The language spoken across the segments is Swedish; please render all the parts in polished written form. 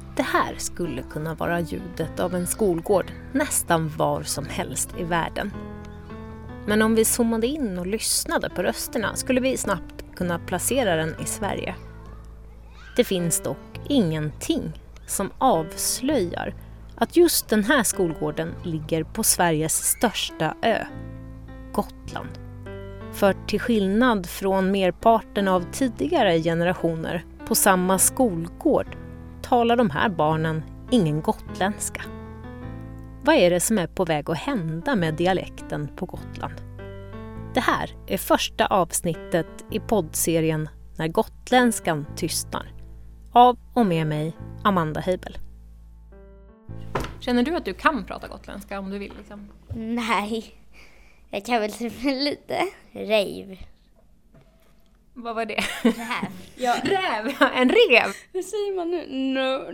Det här skulle kunna vara ljudet av en skolgård nästan var som helst i världen. Men om vi zoomade in och lyssnade på rösterna skulle vi snabbt kunna placera den i Sverige. Det finns dock ingenting som avslöjar att just den här skolgården ligger på Sveriges största ö, Gotland. För till skillnad från merparten av tidigare generationer på samma skolgård talar de här barnen ingen gotländska. Vad är det som är på väg att hända med dialekten på Gotland? Det här är första avsnittet i poddserien När gotländskan tystnar. Av och med mig, Amanda Heibel. Känner du att du kan prata gotländska om du vill? Liksom? Nej, jag kan väl typ lite rave. Vad var det? Räv. Ja. Räv, ja, en rev. Hur säger man nu? No.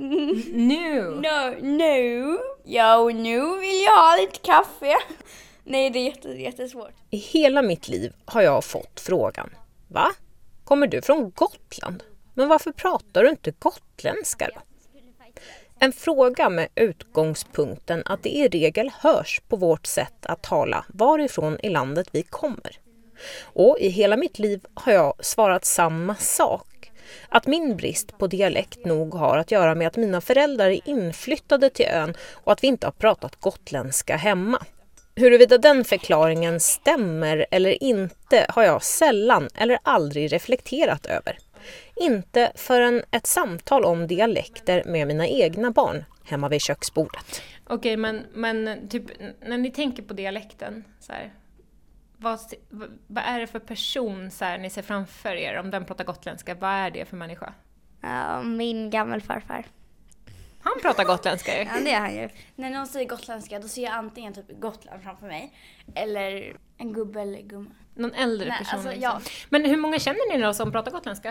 Nu. Jo, nu vill jag ha lite kaffe. Nej, det är jättesvårt. I hela mitt liv har jag fått frågan. Va? Kommer du från Gotland? Men varför pratar du inte gotländska då? En fråga med utgångspunkten att det i regel hörs på vårt sätt att tala varifrån i landet vi kommer. Och i hela mitt liv har jag svarat samma sak. Att min brist på dialekt nog har att göra med att mina föräldrar är inflyttade till ön och att vi inte har pratat gotländska hemma. Huruvida den förklaringen stämmer eller inte har jag sällan eller aldrig reflekterat över. Inte förrän ett samtal om dialekter med mina egna barn hemma vid köksbordet. Okej, men typ när ni tänker på dialekten så här, vad är det för person så här, ni ser framför er om den pratar gotländska? Vad är det för människa? Min gammelfarfar. Han pratar gotländska ju. Ja, det är han ju. När någon säger gotländska då ser jag antingen typ Gotland framför mig eller en gubbe eller gumma. Någon äldre person. Alltså, liksom. ja. Men hur många känner ni då som pratar gotländska?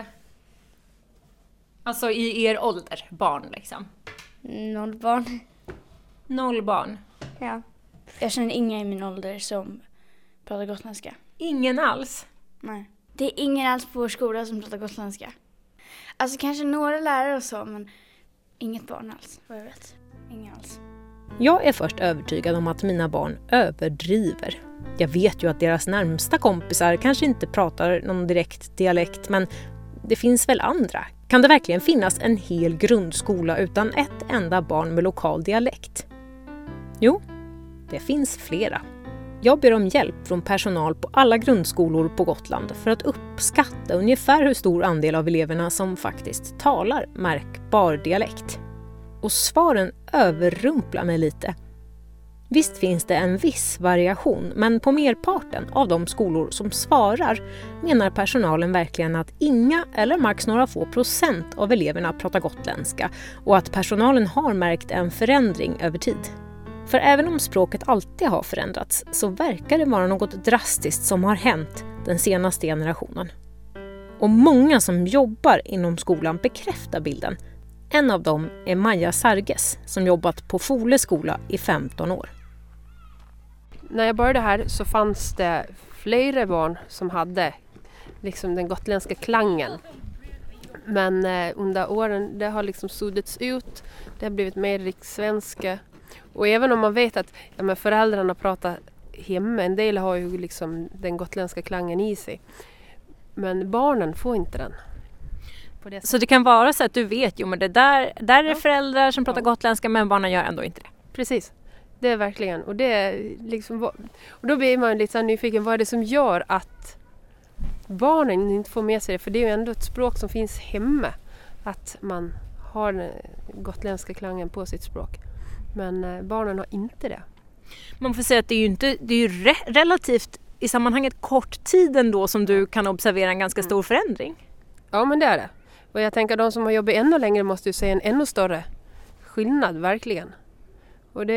Alltså i er ålder, barn liksom. 0 barn. 0 barn. Ja. Jag känner inga i min ålder som pratar gotländska. Ingen alls? Nej. Det är ingen alls på vår skola som pratar gotländska. Alltså kanske några lärare och så, men inget barn alls, vad jag vet. Ingen alls. Jag är först övertygad om att mina barn överdriver. Jag vet ju att deras närmsta kompisar kanske inte pratar någon direkt dialekt, men det finns väl andra. Kan det verkligen finnas en hel grundskola utan ett enda barn med lokal dialekt? Jo, det finns flera. Jag ber om hjälp från personal på alla grundskolor på Gotland för att uppskatta ungefär hur stor andel av eleverna som faktiskt talar märkbar dialekt. Och svaren överrumplar mig lite. Visst finns det en viss variation, men på merparten av de skolor som svarar menar personalen verkligen att inga eller max några få procent av eleverna pratar gotländska och att personalen har märkt en förändring över tid. För även om språket alltid har förändrats så verkar det vara något drastiskt som har hänt den senaste generationen. Och många som jobbar inom skolan bekräftar bilden. En av dem är Maja Sarges som jobbat på Fole skola i 15 år. När jag började här så fanns det flera barn som hade liksom den gotländska klangen. Men under åren det har liksom suddats ut, det har blivit mer rikssvenska. Och även om man vet att föräldrarna pratar hemma, en del har ju liksom den gotländska klangen i sig. Men barnen får inte den. Så det kan vara så att du vet, men det där är det föräldrar som pratar gotländska men barnen gör ändå inte det. Precis, det är verkligen. Och, det är liksom, och då blir man lite så nyfiken, vad är det som gör att barnen inte får med sig det? För det är ju ändå ett språk som finns hemma, att man har den gotländska klangen på sitt språk. Men barnen har inte det. Man får säga att det är ju relativt i sammanhanget kort tid ändå som du kan observera en ganska stor förändring. Ja, men det är det. Och jag tänker att de som har jobbat ännu längre måste ju se en ännu större skillnad, verkligen. Och det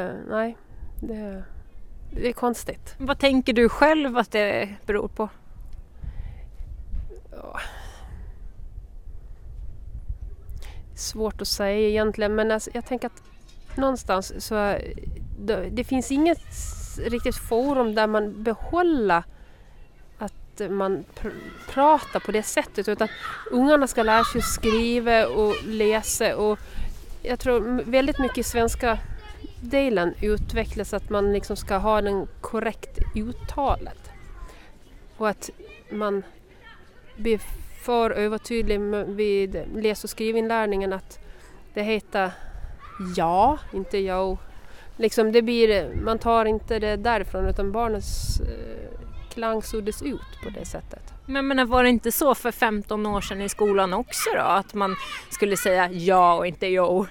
är konstigt. Vad tänker du själv att det beror på? Ja. Svårt att säga egentligen, men alltså, jag tänker att någonstans så det finns inget riktigt forum där man behåller att man pratar på det sättet, utan ungarna ska lära sig skriva och läsa och jag tror väldigt mycket i svenska delen utvecklas att man liksom ska ha den korrekt uttalet. Och att man blir för övertydlig vid läs- och skrivinlärningen att det heter ja, inte jag. Liksom det blir, man tar inte det därifrån utan barnens klang suddas ut på det sättet. Men var det inte så för 15 år sedan i skolan också då? Att man skulle säga ja och inte jo?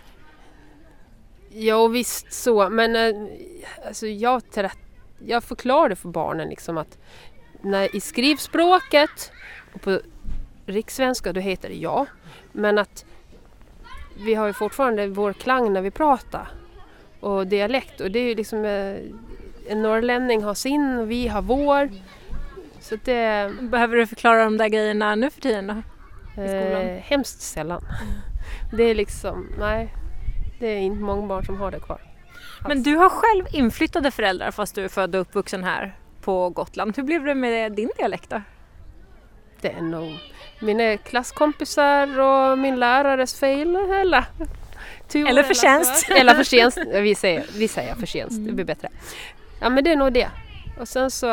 Ja visst så, men alltså jag förklarade för barnen liksom att när i skrivspråket och på rikssvenska då heter det ja. Men att vi har ju fortfarande vår klang när vi pratar. Och dialekt. Och det är ju liksom en norrlänning har sin och vi har vår. Så det... Behöver du förklara de där grejerna nu för tiden då? I skolan? Hemskt sällan. Det är liksom, nej. Det är inte många barn som har det kvar. Men du har själv inflyttade föräldrar fast du är född och uppvuxen här på Gotland. Hur blev det med din dialekt då? Det är nog mina klasskompisar och min lärares fel eller förtjänst. Eller förtjänst. Vi säger förtjänst. Det blir bättre. Ja men det är nog det. Och sen så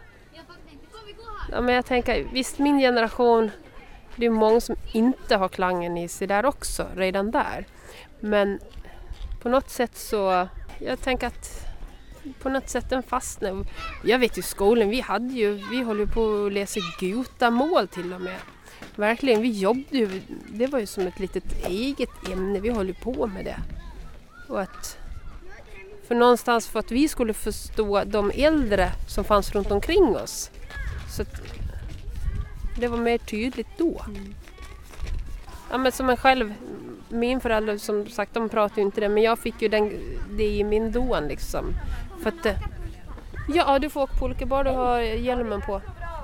ja, men jag tänker visst min generation det är många som inte har klangen i sig där också redan där. Men på något sätt så jag tänker att på något sätt den fastnar. Jag vet ju skolan vi håller ju på att läsa gutamål till och med. Verkligen, vi jobbade ju, det var ju som ett litet eget ämne, vi håller på med det. Och att, för någonstans för att vi skulle förstå de äldre som fanns runt omkring oss. Så att det var mer tydligt då. Ja men som en själv, min förälder som sagt, de pratade ju inte det, men jag fick ju det i min dån liksom. För att, ja du får åka pulka bara du har hjälmen på.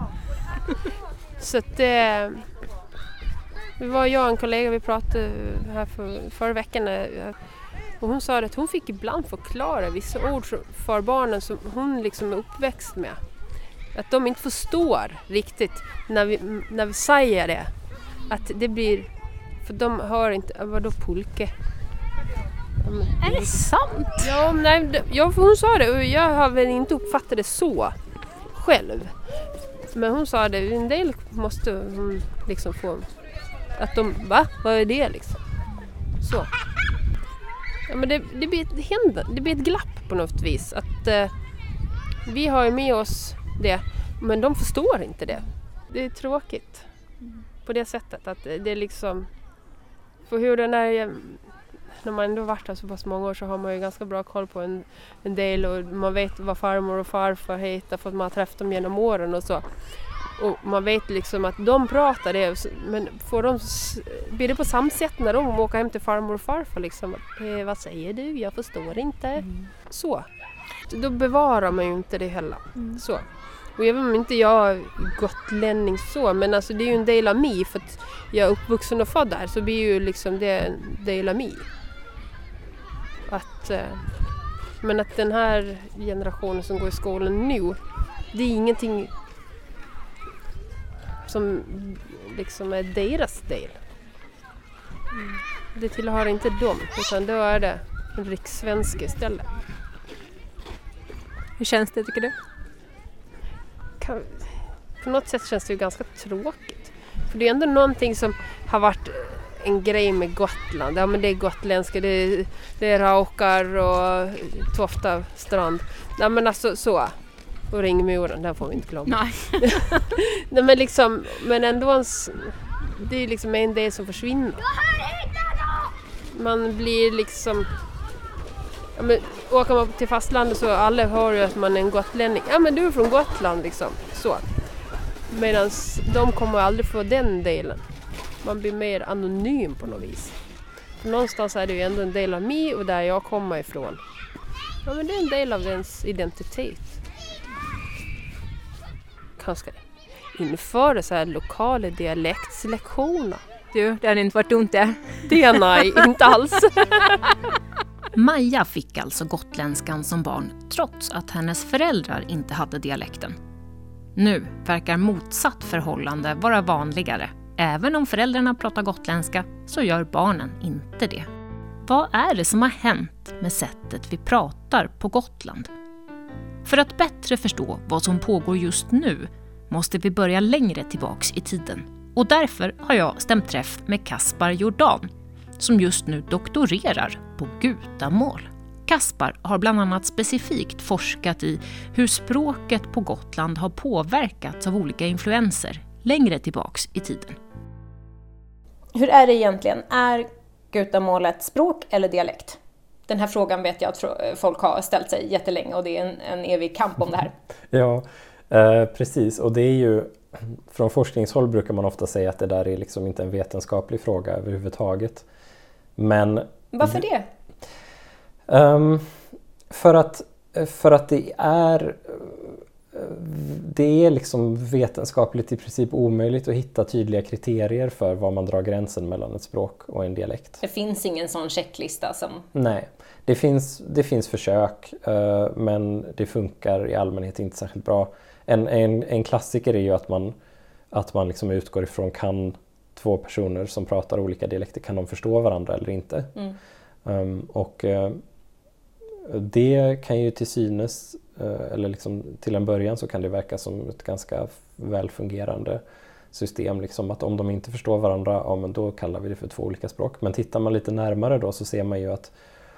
Så att det var jag och en kollega vi pratade här förra veckan och hon sa att hon fick ibland förklara vissa ord för barnen som hon liksom är uppväxt med. Att de inte förstår riktigt när vi säger det. Att det blir, för de hör inte, vadå pulke? Är det sant? Ja, nej, hon sa det och jag har väl inte uppfattat det så själv. Men hon sa det, en del måste hon liksom få att de, vad är det liksom? Så. Ja men det blir ett glapp på något vis. Att vi har ju med oss det, men de förstår inte det. Det är tråkigt på det sättet att det är liksom, för hur den är, när man ändå varit här så pass många år så har man ju ganska bra koll på en del och man vet vad farmor och farfar heter för att man har träffat dem genom åren och så. Och man vet liksom att de pratar det, men blir det på samma sätt när de åker hem till farmor och farfar liksom, vad säger du? Jag förstår inte. Så. Då bevarar man ju inte det heller. Så. Och även om inte jag är gotlänning så, men alltså det är ju en del av mig för att jag är uppvuxen och född där så blir ju liksom det en del av mig. Men att den här generationen som går i skolan nu, det är ingenting som liksom är deras del. Det tillhör inte dem, utan då är det en rikssvensk istället. Hur känns det tycker du? På något sätt känns det ju ganska tråkigt. För det är ändå någonting som har varit en grej med Gotland. Ja men det är gotländska, det är Raukar och Tofta strand. Ja men alltså så. Och Ringmuren, där får vi inte glömma. Nej. Nej men liksom, men ändå det är liksom en del som försvinner. Man blir liksom, ja men åker man till fastlandet så alla hör ju att man är en gotlänning. Ja men du är från Gotland liksom, så. Medan de kommer aldrig få den delen. Man blir mer anonym på något vis. För någonstans är det ju ändå en del av mig och där jag kommer ifrån. Ja men det är en del av ens identitet. Kanske införa så här lokala dialektslektioner. Du, det hade inte varit dumt det. Det nej, inte alls. Maja fick alltså gotländskan som barn trots att hennes föräldrar inte hade dialekten. Nu verkar motsatt förhållande vara vanligare. Även om föräldrarna pratar gotländska så gör barnen inte det. vad är det som har hänt med sättet vi pratar på Gotland? För att bättre förstå vad som pågår just nu måste vi börja längre tillbaks i tiden. Och därför har jag stämt träff med Kaspar Jordan som just nu doktorerar på gutamål. Kaspar har bland annat specifikt forskat i hur språket på Gotland har påverkats av olika influenser längre tillbaks i tiden. Hur är det egentligen? Är gutamålet språk eller dialekt? Den här frågan vet jag att folk har ställt sig jättelänge och det är en evig kamp om det här. Ja, precis. Och det är ju, från forskningshåll brukar man ofta säga att det där är liksom inte en vetenskaplig fråga överhuvudtaget. Men varför det? För att det är liksom vetenskapligt i princip omöjligt att hitta tydliga kriterier för var man drar gränsen mellan ett språk och en dialekt. Det finns ingen sån checklista som... Nej, det finns försök, men det funkar i allmänhet inte särskilt bra. En klassiker är ju att man liksom utgår ifrån, kan två personer som pratar olika dialekter, kan de förstå varandra eller inte? Det kan ju till synes, eller liksom till en början så kan det verka som ett ganska välfungerande system. Liksom att om de inte förstår varandra, ja, men då kallar vi det för två olika språk. Men tittar man lite närmare då så ser man ju att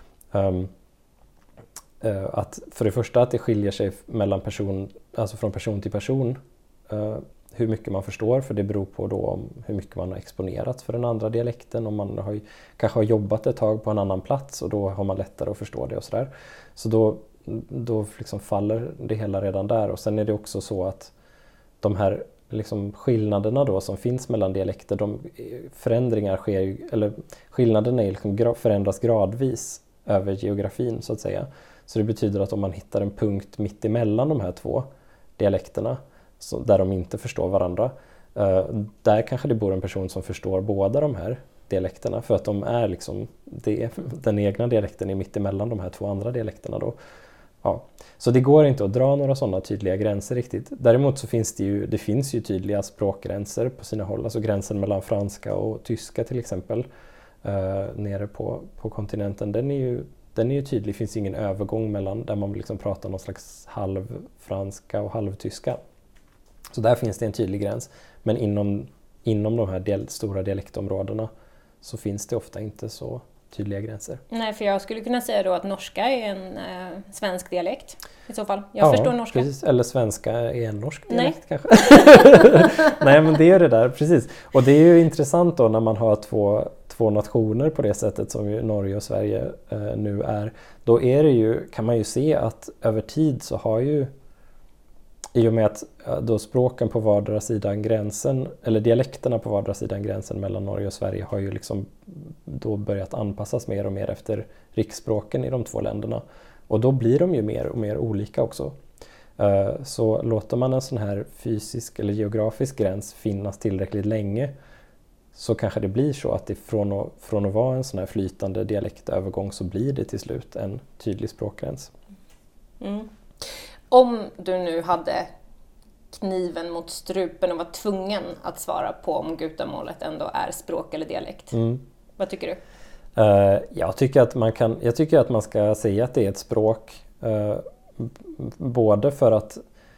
för det första att det skiljer sig mellan alltså från person till person hur mycket man förstår, för det beror på då hur mycket man har exponerats för den andra dialekten. Om man kanske har jobbat ett tag på en annan plats och då har man lättare att förstå det och sådär. Så då liksom faller det hela redan där. Och sen är det också så att de här liksom skillnaderna då som finns mellan dialekter, förändringar sker ju, eller skillnaderna är liksom förändras gradvis över geografin så att säga. Så det betyder att om man hittar en punkt mitt emellan de här två dialekterna där de inte förstår varandra, där kanske det bor en person som förstår båda de här dialekterna, för att de är liksom den egna dialekten är mitt emellan de här två andra dialekterna då. Ja. Så det går inte att dra några sådana tydliga gränser riktigt. Däremot så finns det finns ju tydliga språkgränser på sina håll, alltså gränsen mellan franska och tyska till exempel nere på kontinenten, den är ju tydlig. Det finns ingen övergång mellan där man liksom pratar någon slags halvfranska och halvtyska. Så där finns det en tydlig gräns. Men inom de här stora dialektområdena så finns det ofta inte så tydliga gränser. Nej, för jag skulle kunna säga då att norska är en svensk dialekt i så fall. Jag förstår norska. Precis. Eller svenska är en norsk dialekt kanske. Nej, men det är det där, precis. Och det är ju intressant då när man har två nationer på det sättet som ju Norge och Sverige nu är. Då är det ju, kan man ju se att över tid så har ju, i och med att då språken på vardera sidan gränsen, eller dialekterna på vardera sidan gränsen mellan Norge och Sverige har ju liksom då börjat anpassas mer och mer efter riksspråken i de två länderna. Och då blir de ju mer och mer olika också. Så låter man en sån här fysisk eller geografisk gräns finnas tillräckligt länge, så kanske det blir så att det från att vara en sån här flytande dialektövergång så blir det till slut en tydlig språkgräns. Mm. Om du nu hade kniven mot strupen och var tvungen att svara på om gutamålet ändå är språk eller dialekt, vad tycker du? Jag tycker att man ska säga att det är ett språk, både för att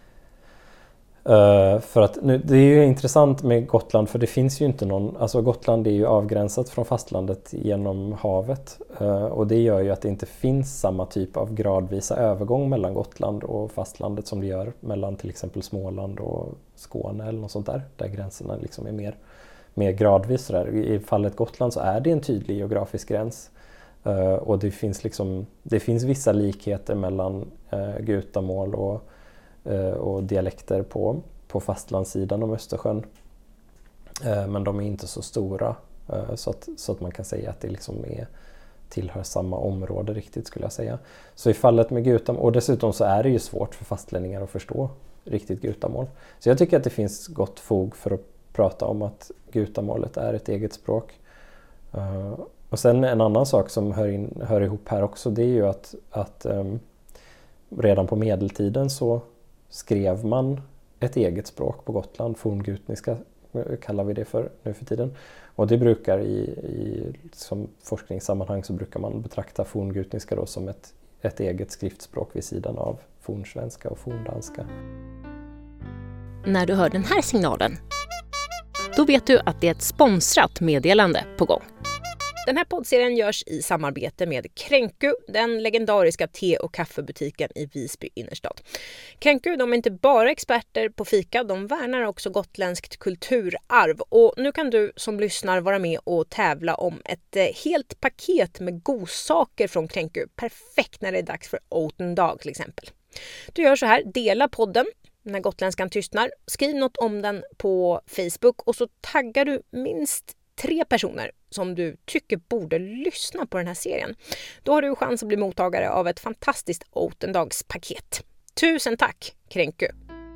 nu, det är ju intressant med Gotland, för det finns ju inte alltså Gotland är ju avgränsat från fastlandet genom havet, och det gör ju att det inte finns samma typ av gradvisa övergång mellan Gotland och fastlandet som det gör mellan till exempel Småland och Skåne eller något sånt där gränserna liksom är mer gradvis där. I fallet Gotland så är det en tydlig geografisk gräns, och det finns vissa likheter mellan gutamål och dialekter på fastlandssidan om Östersjön. Men de är inte så stora så att man kan säga att det liksom tillhör samma område riktigt, skulle jag säga. Så i fallet med gutamål, och dessutom så är det ju svårt för fastlänningar att förstå riktigt gutamål. Så jag tycker att det finns gott fog för att prata om att gutamålet är ett eget språk. Och sen en annan sak som hör ihop här också, det är ju att redan på medeltiden så skrev man ett eget språk på Gotland, forngutniska, kallar vi det för nu för tiden. Och det brukar som forskningssammanhang så brukar man betrakta forngutniska då som ett eget skriftspråk vid sidan av fornsvenska och forndanska. När du hör den här signalen, då vet du att det är ett sponsrat meddelande på gång. Den här poddserien görs i samarbete med Kränku, den legendariska te- och kaffebutiken i Visby innerstad. Kränku, de är inte bara experter på fika, de värnar också gotländskt kulturarv. Och nu kan du som lyssnar vara med och tävla om ett helt paket med godsaker från Kränku. Perfekt när det är dags för Oten Dag till exempel. Du gör så här, dela podden när gotländskan tystnar. Skriv något om den på Facebook och så taggar du minst 3 personer som du tycker borde lyssna på den här serien. Då har du chans att bli mottagare av ett fantastiskt Otendagspaket. Tusen tack, Kränku!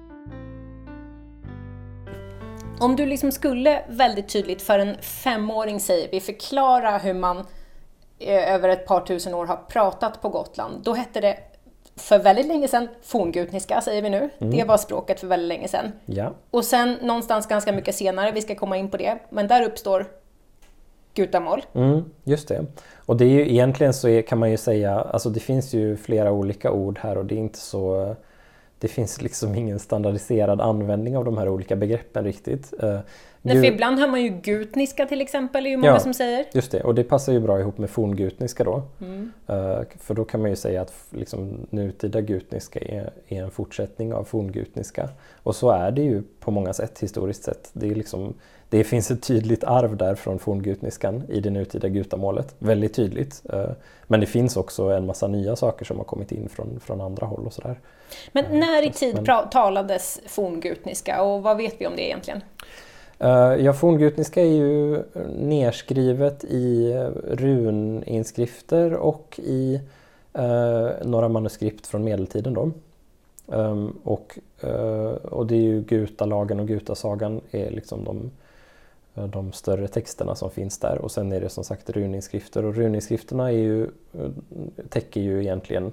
Om du liksom skulle väldigt tydligt för en 5-åring säger vi förklara hur man över ett par tusen år har pratat på Gotland, då hette det för väldigt länge sedan forngutniska säger vi nu. Det var språket för väldigt länge sedan. Ja. Och sen någonstans ganska mycket senare, vi ska komma in på det, men där uppstår gutamål. Just det. Och det är ju egentligen så kan man ju säga, alltså det finns ju flera olika ord här och det är inte så, det finns liksom ingen standardiserad användning av de här olika begreppen riktigt. För ibland hör man ju gutniska till exempel, är ju många som säger. Just det, och det passar ju bra ihop med forngutniska då. För då kan man ju säga att liksom, nutida gutniska är en fortsättning av forngutniska. Och så är det ju på många sätt, historiskt sett. Det är liksom, det finns ett tydligt arv där från forngutniskan i det nutida gutamålet. Väldigt tydligt. Men det finns också en massa nya saker som har kommit in från andra håll och sådär. Men när i tid talades forngutniska och vad vet vi om det egentligen? Forngutniska är ju nerskrivet i runinskrifter och i några manuskript från medeltiden då. Och det är ju Gutalagen och Gutasagan är liksom de större texterna som finns där. Och sen är det som sagt runinskrifter. Och runinskrifterna täcker ju egentligen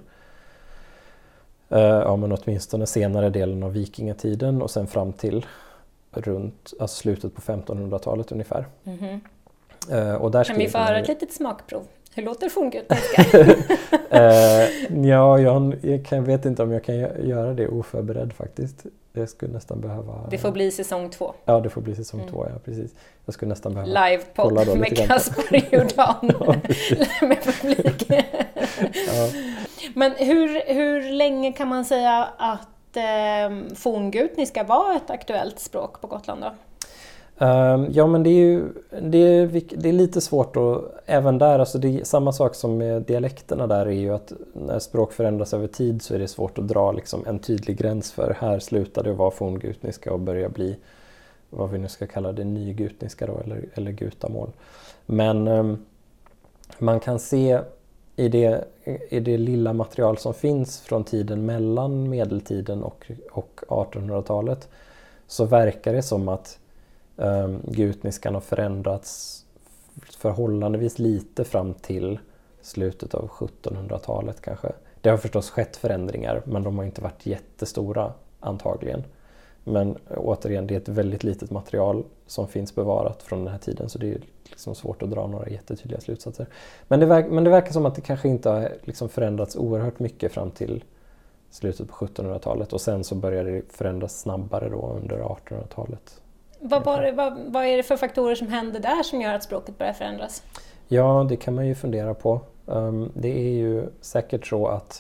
men åtminstone senare delen av vikingatiden och sen fram till slutet på 1500-talet ungefär. Och där kan vi få höra ett litet smakprov? Hur låter forngutniska? Jag vet inte om jag kan göra det oförberedd faktiskt. Jag skulle nästan behöva... Det får bli säsong 2. Ja, det får bli säsong 2, ja precis. Jag skulle nästan behöva livepodd med Kasper Jordan med publik. Ja. Men hur länge kan man säga att forngutniska var ett aktuellt språk på Gotland då? Men det är lite svårt och även där, alltså det är samma sak som med dialekterna där är ju att när språk förändras över tid så är det svårt att dra liksom en tydlig gräns för här slutar det att vara forngutniska och börja bli vad vi nu ska kalla det nygutniska då eller gutamål. Men man kan se i det lilla material som finns från tiden mellan medeltiden och 1800-talet så verkar det som att gutniskan har förändrats förhållandevis lite fram till slutet av 1700-talet kanske. Det har förstås skett förändringar men de har inte varit jättestora antagligen. Men återigen, det är ett väldigt litet material som finns bevarat från den här tiden så det är liksom svårt att dra några jättetydliga slutsatser. Men det verkar som att det kanske inte har liksom förändrats oerhört mycket fram till slutet på 1700-talet och sen så började det förändras snabbare då under 1800-talet. Vad är det för faktorer som händer där som gör att språket börjar förändras? Ja, det kan man ju fundera på. Det är ju säkert så att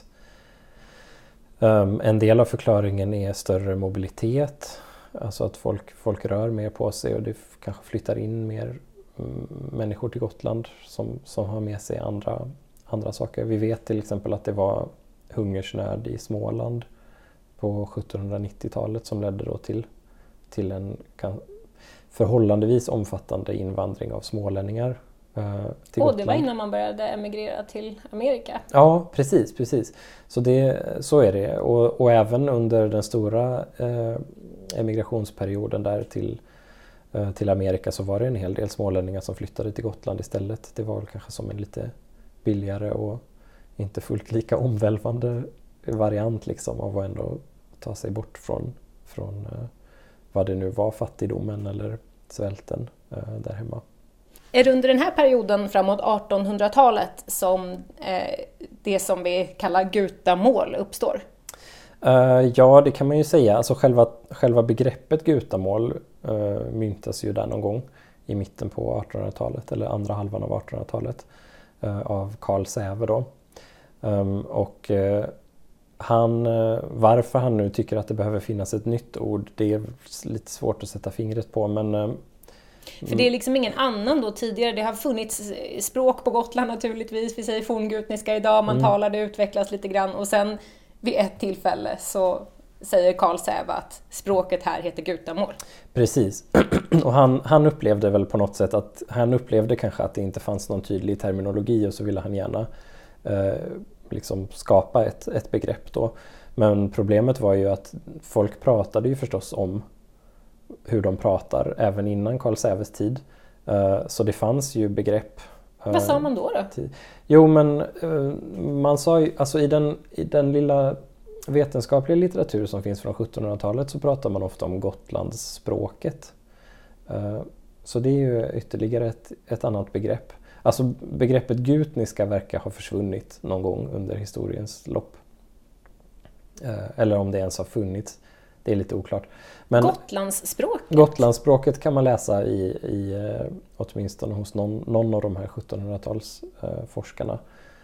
en del av förklaringen är större mobilitet. Alltså att folk rör mer på sig och det kanske flyttar in mer människor till Gotland som har med sig andra saker. Vi vet till exempel att det var hungersnöd i Småland på 1790-talet som ledde då till en förhållandevis omfattande invandring av smålänningar till Gotland. Det var innan man började emigrera till Amerika. Ja, precis. Så är det. Och även under den stora emigrationsperioden där till Amerika så var det en hel del smålänningar som flyttade till Gotland istället. Det var väl kanske som en lite billigare och inte fullt lika omvälvande variant liksom av att ändå ta sig bort från vad det nu var, fattigdomen svälten där hemma. Är det under den här perioden framåt 1800-talet som det som vi kallar gutamål uppstår? Ja, det kan man ju säga. Alltså själva begreppet gutamål myntas ju där någon gång i mitten på 1800-talet eller andra halvan av 1800-talet av Carl Säve då. Och varför han nu tycker att det behöver finnas ett nytt ord, det är lite svårt att sätta fingret på, men för det är liksom ingen annan då tidigare. Det har funnits språk på Gotland naturligtvis. Vi säger forngutniska idag, man talar, det utvecklas lite grann. Och sen vid ett tillfälle så säger Carl Säve att språket här heter gutamål. Precis. Och han upplevde väl på något sätt att han upplevde kanske att det inte fanns någon tydlig terminologi och så ville han gärna liksom skapa ett begrepp då. Men problemet var ju att folk pratade ju förstås om hur de pratar även innan Carl Säves tid. Så det fanns ju begrepp. Vad sa man då? Jo, men man sa ju, alltså i den lilla vetenskapliga litteratur som finns från 1700-talet så pratar man ofta om Gotlandsspråket. Så det är ju ytterligare ett annat begrepp. Alltså begreppet gutniska verkar ha försvunnit någon gång under historiens lopp. Eller om det ens har funnits. Det är lite oklart. Men Gotlandsspråket kan man läsa i åtminstone hos någon av de här 1700-tals forskarna.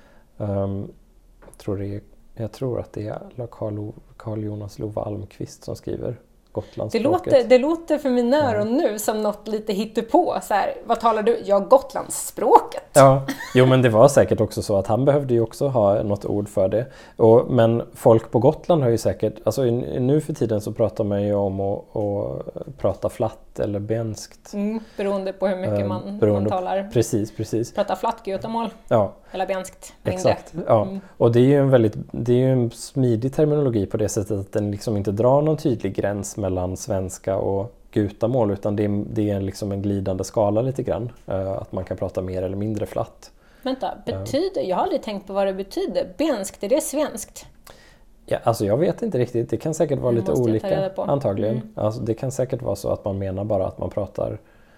Jag tror att det är Carl Jonas Lova Almqvist som skriver Gotlandsspråket. Det låter för mina öron nu som något lite hittepå. Så här, vad talar du? Ja, Gotlandsspråket. Ja, jo men det var säkert också så att han behövde ju också ha något ord för det. Men folk på Gotland har ju säkert, alltså nu för tiden så pratar man ju om att prata flatt eller benskt. Beroende på hur mycket man talar. Precis. Prata flatt gutamål. Ja. Eller benskt. Mindre. Exakt, ja. Och det är ju en smidig terminologi på det sättet att den liksom inte drar någon tydlig gräns mellan svenska och gutamål, utan det är liksom en glidande skala lite grann. Att man kan prata mer eller mindre flatt. Vänta, jag har aldrig tänkt på vad det betyder. Benskt, är det svenskt? Ja, alltså jag vet inte riktigt. Det kan säkert vara lite olika antagligen. Alltså det kan säkert vara så att man menar bara att man pratar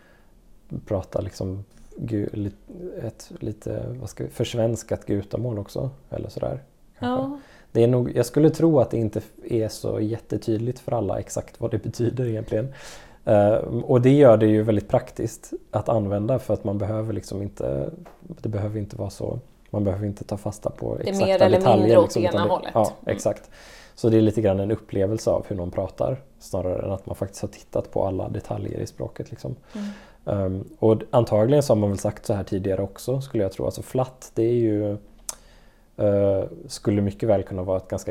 liksom ett lite försvenskat gutamål också eller sådär. Ja. Det är nog, jag skulle tro att det inte är så jättetydligt för alla exakt vad det betyder egentligen. Och det gör det ju väldigt praktiskt att använda, för att man behöver liksom inte, det behöver inte vara så, man behöver inte ta fasta på exakta detaljer. Det är mer eller mindre åt ena hållet. Ja, exakt. Så det är lite grann en upplevelse av hur någon pratar snarare än att man faktiskt har tittat på alla detaljer i språket liksom. Och antagligen så har man väl sagt så här tidigare också, skulle jag tro. Alltså flatt, det är ju skulle mycket väl kunna vara ett ganska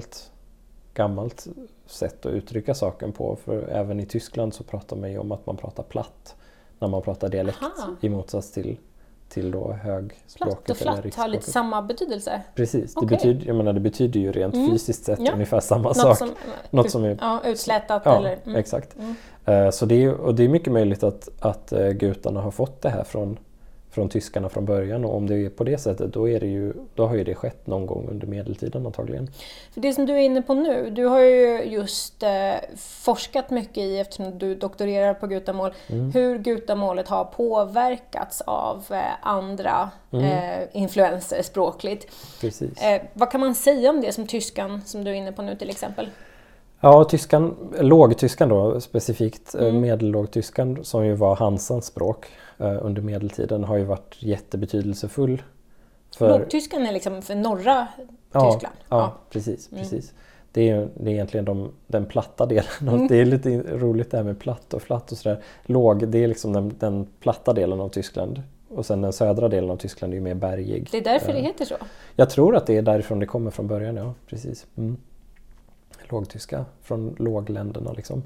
gammalt sätt att uttrycka saken på. För även i Tyskland så pratar man ju om att man pratar platt när man pratar dialekt. I motsats till då högspråket. Platt och flatt har lite samma betydelse? Precis, det betyder ju rent fysiskt sett ungefär samma sak. Något som är utslätat eller... Exakt. Så det är mycket möjligt att gutarna har fått det här från tyskarna från början, och om det är på det sättet då har ju det skett någon gång under medeltiden antagligen. För det som du är inne på nu, du har ju just forskat mycket i, eftersom du doktorerar på gutamål, hur gutamålet har påverkats av andra influenser språkligt. Precis. Vad kan man säga om det som tyskan som du är inne på nu till exempel? Ja, lågtyskan då specifikt, medellågtyskan som ju var Hansans språk under medeltiden har ju varit jättebetydelsefull. Lågtyskan är liksom för norra Tyskland? Ja, precis. Det är egentligen den platta delen. Det är lite roligt det här med platt och flatt och sådär. Låg, det är liksom den platta delen av Tyskland. Och sen den södra delen av Tyskland är ju mer bergig. Det är därför det heter så? Jag tror att det är därifrån det kommer från början, ja, precis. Lågtyska, från lågländerna liksom.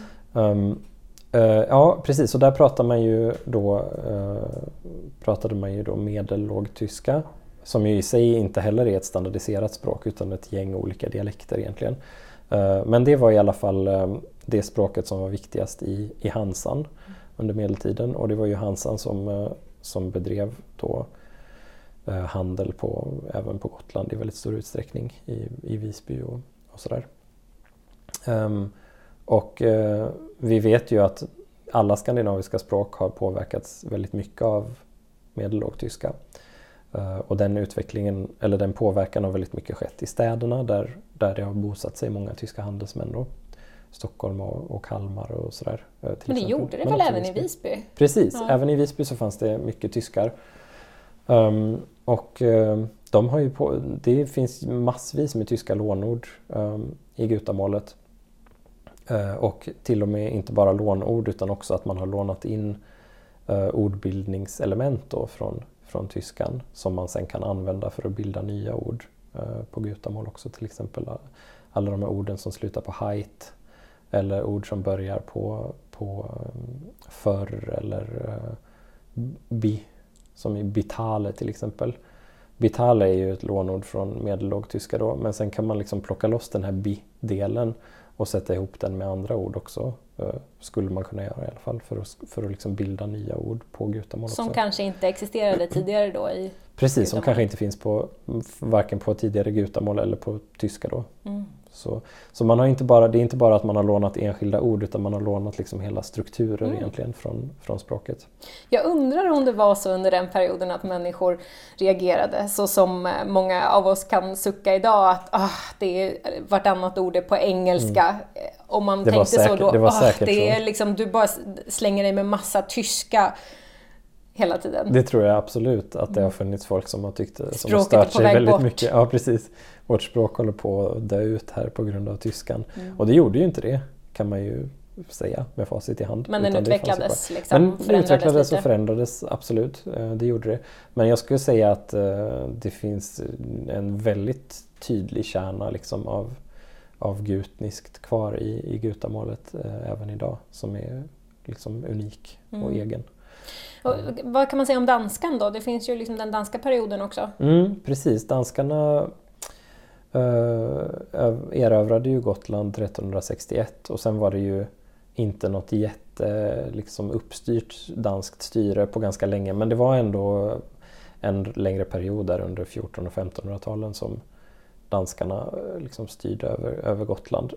Ja, precis. Så där pratade man ju då medellågtyska, som ju i sig inte heller är ett standardiserat språk utan ett gäng olika dialekter egentligen. Men det var i alla fall det språket som var viktigast i Hansan under medeltiden, och det var ju Hansan som bedrev då handel även på Gotland i väldigt stor utsträckning i Visby och sådär. Och vi vet ju att alla skandinaviska språk har påverkats väldigt mycket av medellågtyska. Och den utvecklingen, eller den påverkan har väldigt mycket skett i städerna där det har bosatt sig många tyska handelsmän då. Stockholm och Kalmar och sådär. Men det gjorde det väl även i Visby? Precis, även i Visby så fanns det mycket tyskar. De har ju det finns massvis med tyska lånord i gutamålet. Och till och med inte bara lånord utan också att man har lånat in ordbildningselement då från tyskan som man sen kan använda för att bilda nya ord på gutamål också. Till exempel alla de här orden som slutar på heit eller ord som börjar på förr eller bi, som i bitale till exempel. Bitale är ju ett lånord från medellågtyska då, men sen kan man liksom plocka loss den här bi-delen och sätta ihop den med andra ord också. Skulle man kunna göra i alla fall för att liksom bilda nya ord på gutamål också. Som kanske inte existerade tidigare då i Precis, gutamål. som kanske inte finns varken på tidigare gutamål eller på tyska då. Så man har det är inte bara att man har lånat enskilda ord utan man har lånat liksom hela strukturer egentligen från språket. Jag undrar om det var så under den perioden att människor reagerade så som många av oss kan sucka idag att det är vartannat ord är på engelska. Om man tänkte så då, det är liksom, du bara slänger dig med massa tyska hela tiden. Det tror jag absolut att det har funnits folk som har tyckt som har stört sig väldigt mycket. Ja, precis. Vårt språk håller på att dö ut här på grund av tyskan. Och det gjorde ju inte det, kan man ju säga med facit i hand. Men den utvecklades liksom. Men det utvecklades och förändrades, absolut. Det gjorde det. Men jag skulle säga att det finns en väldigt tydlig kärna liksom av gutniskt kvar i gutamålet även idag som är liksom unik och egen. Och vad kan man säga om danskan då? Det finns ju liksom den danska perioden också. Precis, danskarna erövrade ju Gotland 1361 och sen var det ju inte något liksom uppstyrt danskt styre på ganska länge, men det var ändå en längre period där under 1400- och 1500-talen som danskarna liksom styrde över Gotland.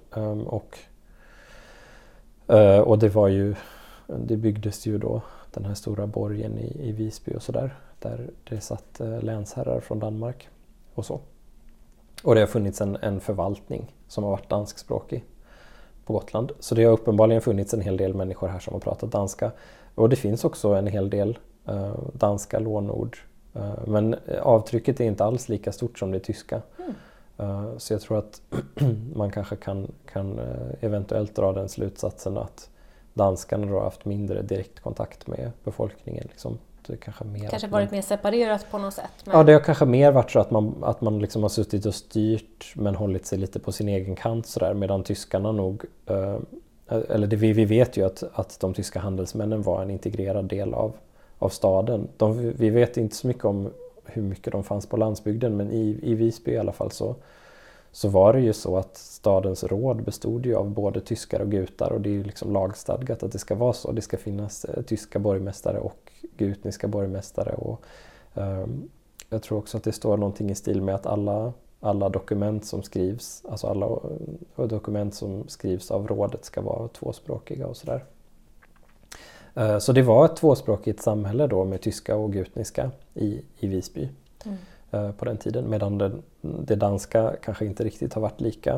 Och det byggdes ju då den här stora borgen i Visby och sådär, där det satt länsherrar från Danmark och så. Och det har funnits en förvaltning som har varit danskspråkig på Gotland. Så det har uppenbarligen funnits en hel del människor här som har pratat danska. Och det finns också en hel del danska lånord. Men avtrycket är inte alls lika stort som det tyska. Så jag tror att man kanske kan eventuellt dra den slutsatsen att danskarna då har haft mindre direktkontakt med befolkningen. Liksom. Det kanske varit mer separerat på något sätt. Men... Ja, det har kanske mer varit så att man liksom har suttit och styrt men hållit sig lite på sin egen kant sådär, medan tyskarna nog, eller vi vet ju att de tyska handelsmännen var en integrerad del av staden. Vi vet inte så mycket om hur mycket de fanns på landsbygden, men i Visby i alla fall så var det ju så att stadens råd bestod ju av både tyskar och gutar, och det är ju liksom lagstadgat att det ska vara så. Det ska finnas tyska borgmästare och gutniska borgmästare, och jag tror också att det står någonting i stil med att alla dokument som skrivs, alltså alla dokument som skrivs av rådet ska vara tvåspråkiga och sådär. Så det var ett tvåspråkigt samhälle då med tyska och gutniska i Visby på den tiden, medan det danska kanske inte riktigt har varit lika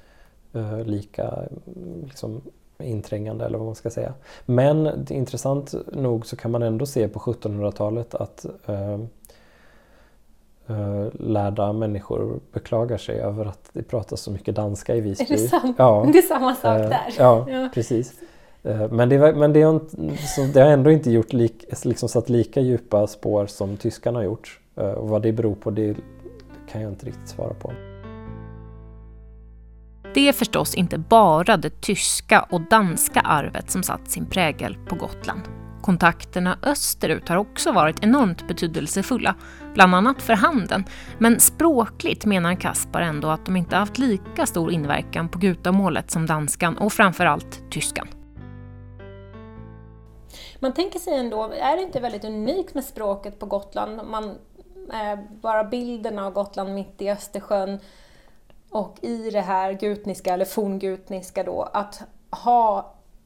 liksom inträngande, eller vad man ska säga. Men intressant nog så kan man ändå se på 1700-talet att lärda människor beklagar sig över att det pratas så mycket danska i Visby. Är det sant? Ja. Det är samma sak där. Ja, precis. Men det har ändå inte gjort liksom satt lika djupa spår som tyskarna har gjort. Och vad det beror på, det kan jag inte riktigt svara på. Det är förstås inte bara det tyska och danska arvet som satt sin prägel på Gotland. Kontakterna österut har också varit enormt betydelsefulla, bland annat för handeln. Men språkligt menar Kaspar ändå att de inte haft lika stor inverkan på gutamålet som danskan och framförallt tyskan. Man tänker sig ändå, är det inte väldigt unikt med språket på Gotland? Bara bilden av Gotland mitt i Östersjön och i det här gutniska eller forngutniska då, att ha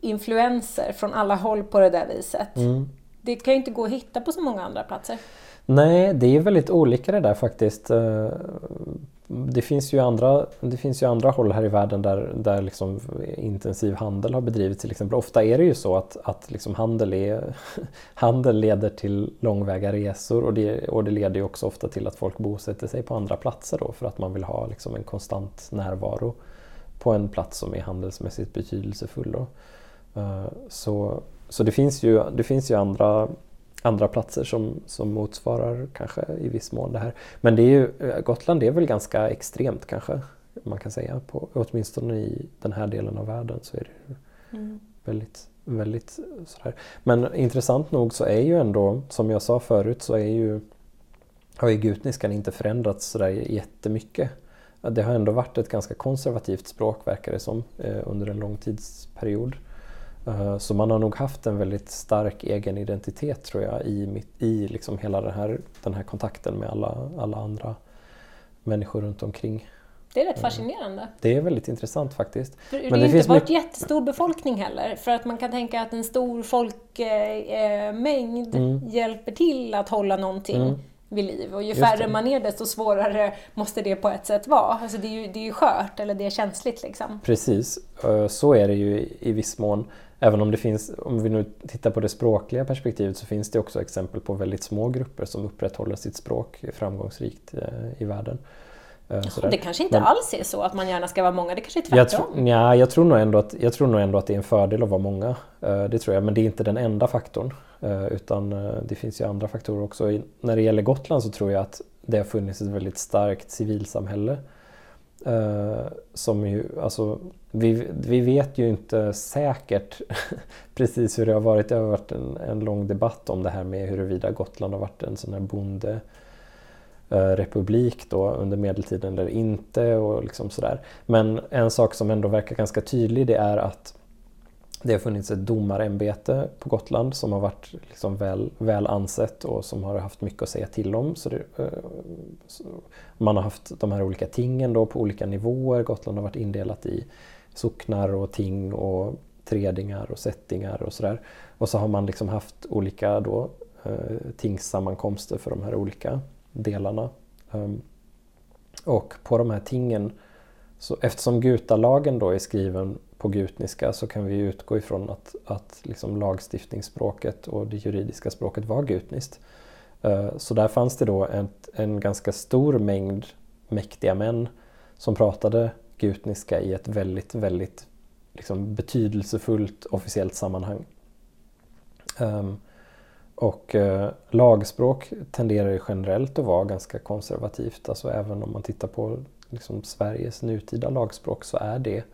influenser från alla håll på det där viset. Det kan ju inte gå att hitta på så många andra platser. Nej, det är väldigt olika det där faktiskt. Det finns ju andra håll här i världen där liksom intensiv handel har bedrivits till exempel. Ofta är det ju så att liksom handel leder till långväga resor och det leder ju också ofta till att folk bosätter sig på andra platser då för att man vill ha liksom en konstant närvaro på en plats som är handelsmässigt betydelsefull då. Så det finns ju andra platser som motsvarar kanske i viss mån det här. Men det är ju, Gotland är väl ganska extremt kanske, man kan säga. Åtminstone i den här delen av världen så är det väldigt, väldigt sådär. Men intressant nog så är ju ändå, som jag sa förut, så har ju gutniskan inte förändrats sådär jättemycket. Det har ändå varit ett ganska konservativt språk, verkar det som, under en lång tidsperiod. Så man har nog haft en väldigt stark egen identitet, tror jag, i liksom hela den här kontakten med alla andra människor runt omkring. Det är rätt fascinerande. Det är väldigt intressant faktiskt. För det är inte bara ett jättestor befolkning heller. För att man kan tänka att en stor folkmängd hjälper till att hålla någonting vid liv. Och ju färre man är, desto svårare måste det på ett sätt vara. Alltså det är ju skört, eller det är känsligt liksom. Precis, så är det ju i viss mån. Även om det finns, om vi nu tittar på det språkliga perspektivet, så finns det också exempel på väldigt små grupper som upprätthåller sitt språk framgångsrikt i världen. Det kanske inte alls är så att man gärna ska vara många, det kanske är tvärtom. Jag tror nog ändå att det är en fördel att vara många, det tror jag, men det är inte den enda faktorn, utan det finns ju andra faktorer också. När det gäller Gotland så tror jag att det har funnits ett väldigt starkt civilsamhälle. Som ju, alltså, vi vet ju inte säkert precis hur det har varit. Det har varit en lång debatt om det här med huruvida Gotland har varit en sån här bonderepublik då under medeltiden eller inte och liksom sådär. Men en sak som ändå verkar ganska tydlig, det är att det har funnits ett domarämbete på Gotland som har varit liksom väl ansett och som har haft mycket att säga till om. Så man har haft de här olika tingen då på olika nivåer. Gotland har varit indelat i socknar och ting och tredingar och sättingar och sådär. Och så har man liksom haft olika då tingssammankomster för de här olika delarna. Och på de här tingen, så eftersom gutalagen då är skriven på gutniska, så kan vi utgå ifrån att liksom lagstiftningsspråket och det juridiska språket var gutniskt. Så där fanns det då en ganska stor mängd mäktiga män som pratade gutniska i ett väldigt, väldigt liksom betydelsefullt officiellt sammanhang. Och lagspråk tenderar ju generellt att vara ganska konservativt. Alltså även om man tittar på liksom Sveriges nutida lagspråk så är det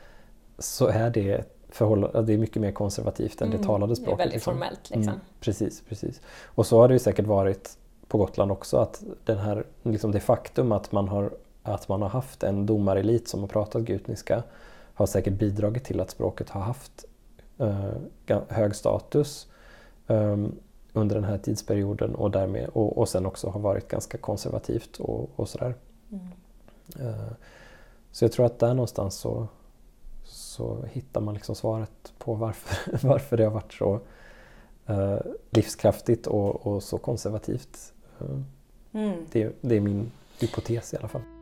det är mycket mer konservativt än det talade språket. Det är väldigt formellt liksom. Precis. Och så har det ju säkert varit på Gotland också, att den här, liksom det faktum att man har haft en domarelit som har pratat gutniska har säkert bidragit till att språket har haft hög status under den här tidsperioden och därmed och sen också har varit ganska konservativt och sådär. Så jag tror att där någonstans så hittar man liksom svaret på varför det har varit så livskraftigt och så konservativt. Det är min hypotes i alla fall.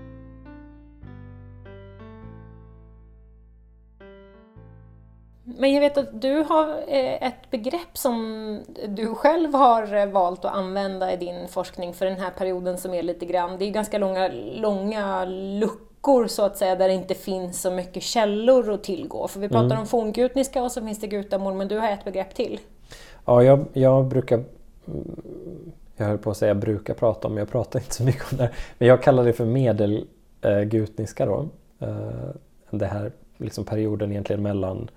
Men jag vet att du har ett begrepp som du själv har valt att använda i din forskning för den här perioden som är lite grann. Det är ganska långa luckor så att säga, där det inte finns så mycket källor att tillgå. För vi pratar om forngutniska och så finns det gutamål, men du har ett begrepp till. Ja, jag höll på att säga brukar prata om, jag pratar inte så mycket om det här. Men jag kallar det för medelgutniska då. Det här liksom perioden egentligen mellan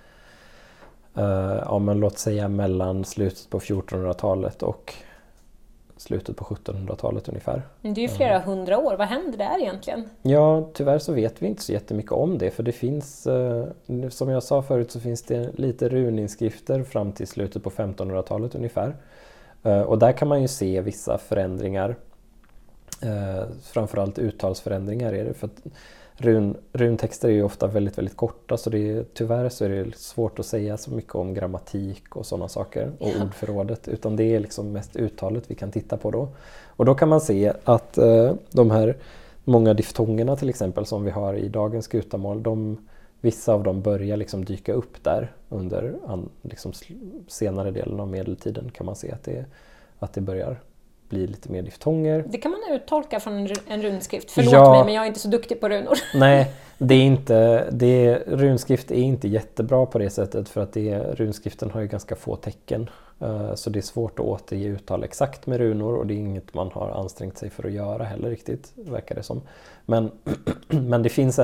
låt säga mellan slutet på 1400-talet och slutet på 1700-talet ungefär. Det är ju flera hundra år. Vad händer där egentligen? Ja, tyvärr så vet vi inte så jättemycket om det. För det finns, som jag sa förut, så finns det lite runinskrifter fram till slutet på 1500-talet ungefär. Och där kan man ju se vissa förändringar. Framförallt uttalsförändringar är det. För att runtexter är ju ofta väldigt, väldigt korta, så tyvärr så är det svårt att säga så mycket om grammatik och sådana saker och ordförrådet, utan det är liksom mest uttalet vi kan titta på då. Och då kan man se att de här många diftongerna till exempel som vi har i dagens gutamål, vissa av dem börjar liksom dyka upp där under liksom senare delen av medeltiden, kan man se att det börjar bli lite mer diftonger. Det kan man uttolka från en runskrift. Förlåt mig, men jag är inte så duktig på runor. Nej, runskrift är inte jättebra på det sättet, för att runskriften har ju ganska få tecken. Så det är svårt att återge uttal exakt med runor, och det är inget man har ansträngt sig för att göra heller riktigt, verkar det som. Men det finns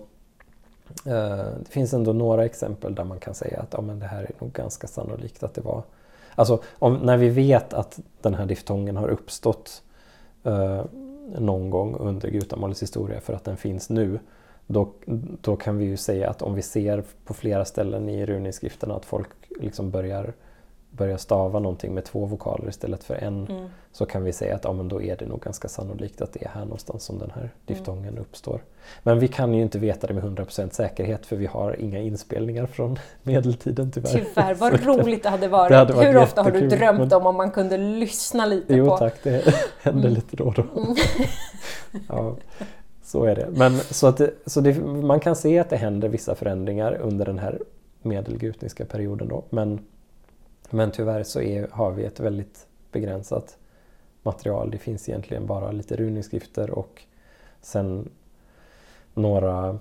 ändå några exempel där man kan säga att men det här är nog ganska sannolikt att det var. Alltså när vi vet att den här diftongen har uppstått någon gång under gutamålets historia för att den finns nu, då kan vi ju säga att om vi ser på flera ställen i runinskrifterna att folk liksom börjar stava någonting med 2 vokaler istället för en, så kan vi säga att men då är det nog ganska sannolikt att det är här någonstans som den här diftongen uppstår. Men vi kan ju inte veta det med 100% säkerhet, för vi har inga inspelningar från medeltiden tyvärr. Tyvärr, vad roligt det hade varit. Hur ofta har du drömt om man kunde lyssna lite på? Jo tack, det händer lite då och då. Ja, så är det. Men man kan se att det händer vissa förändringar under den här medelgutniska perioden då, men tyvärr så har vi ett väldigt begränsat material. Det finns egentligen bara lite runinskrifter och sen några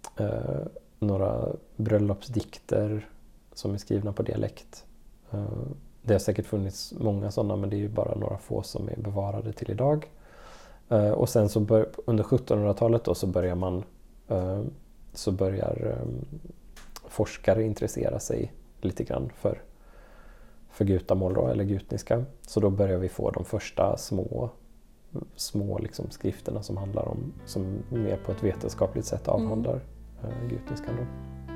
bröllopsdikter som är skrivna på dialekt. Det har säkert funnits många sådana, men det är ju bara några få som är bevarade till idag. Och sen så under 1700-talet då så börjar forskare intressera sig lite grann för gutamål då, eller gutniska. Så då börjar vi få de första små liksom skrifterna som handlar om, som mer på ett vetenskapligt sätt avhandlar gutniskan då.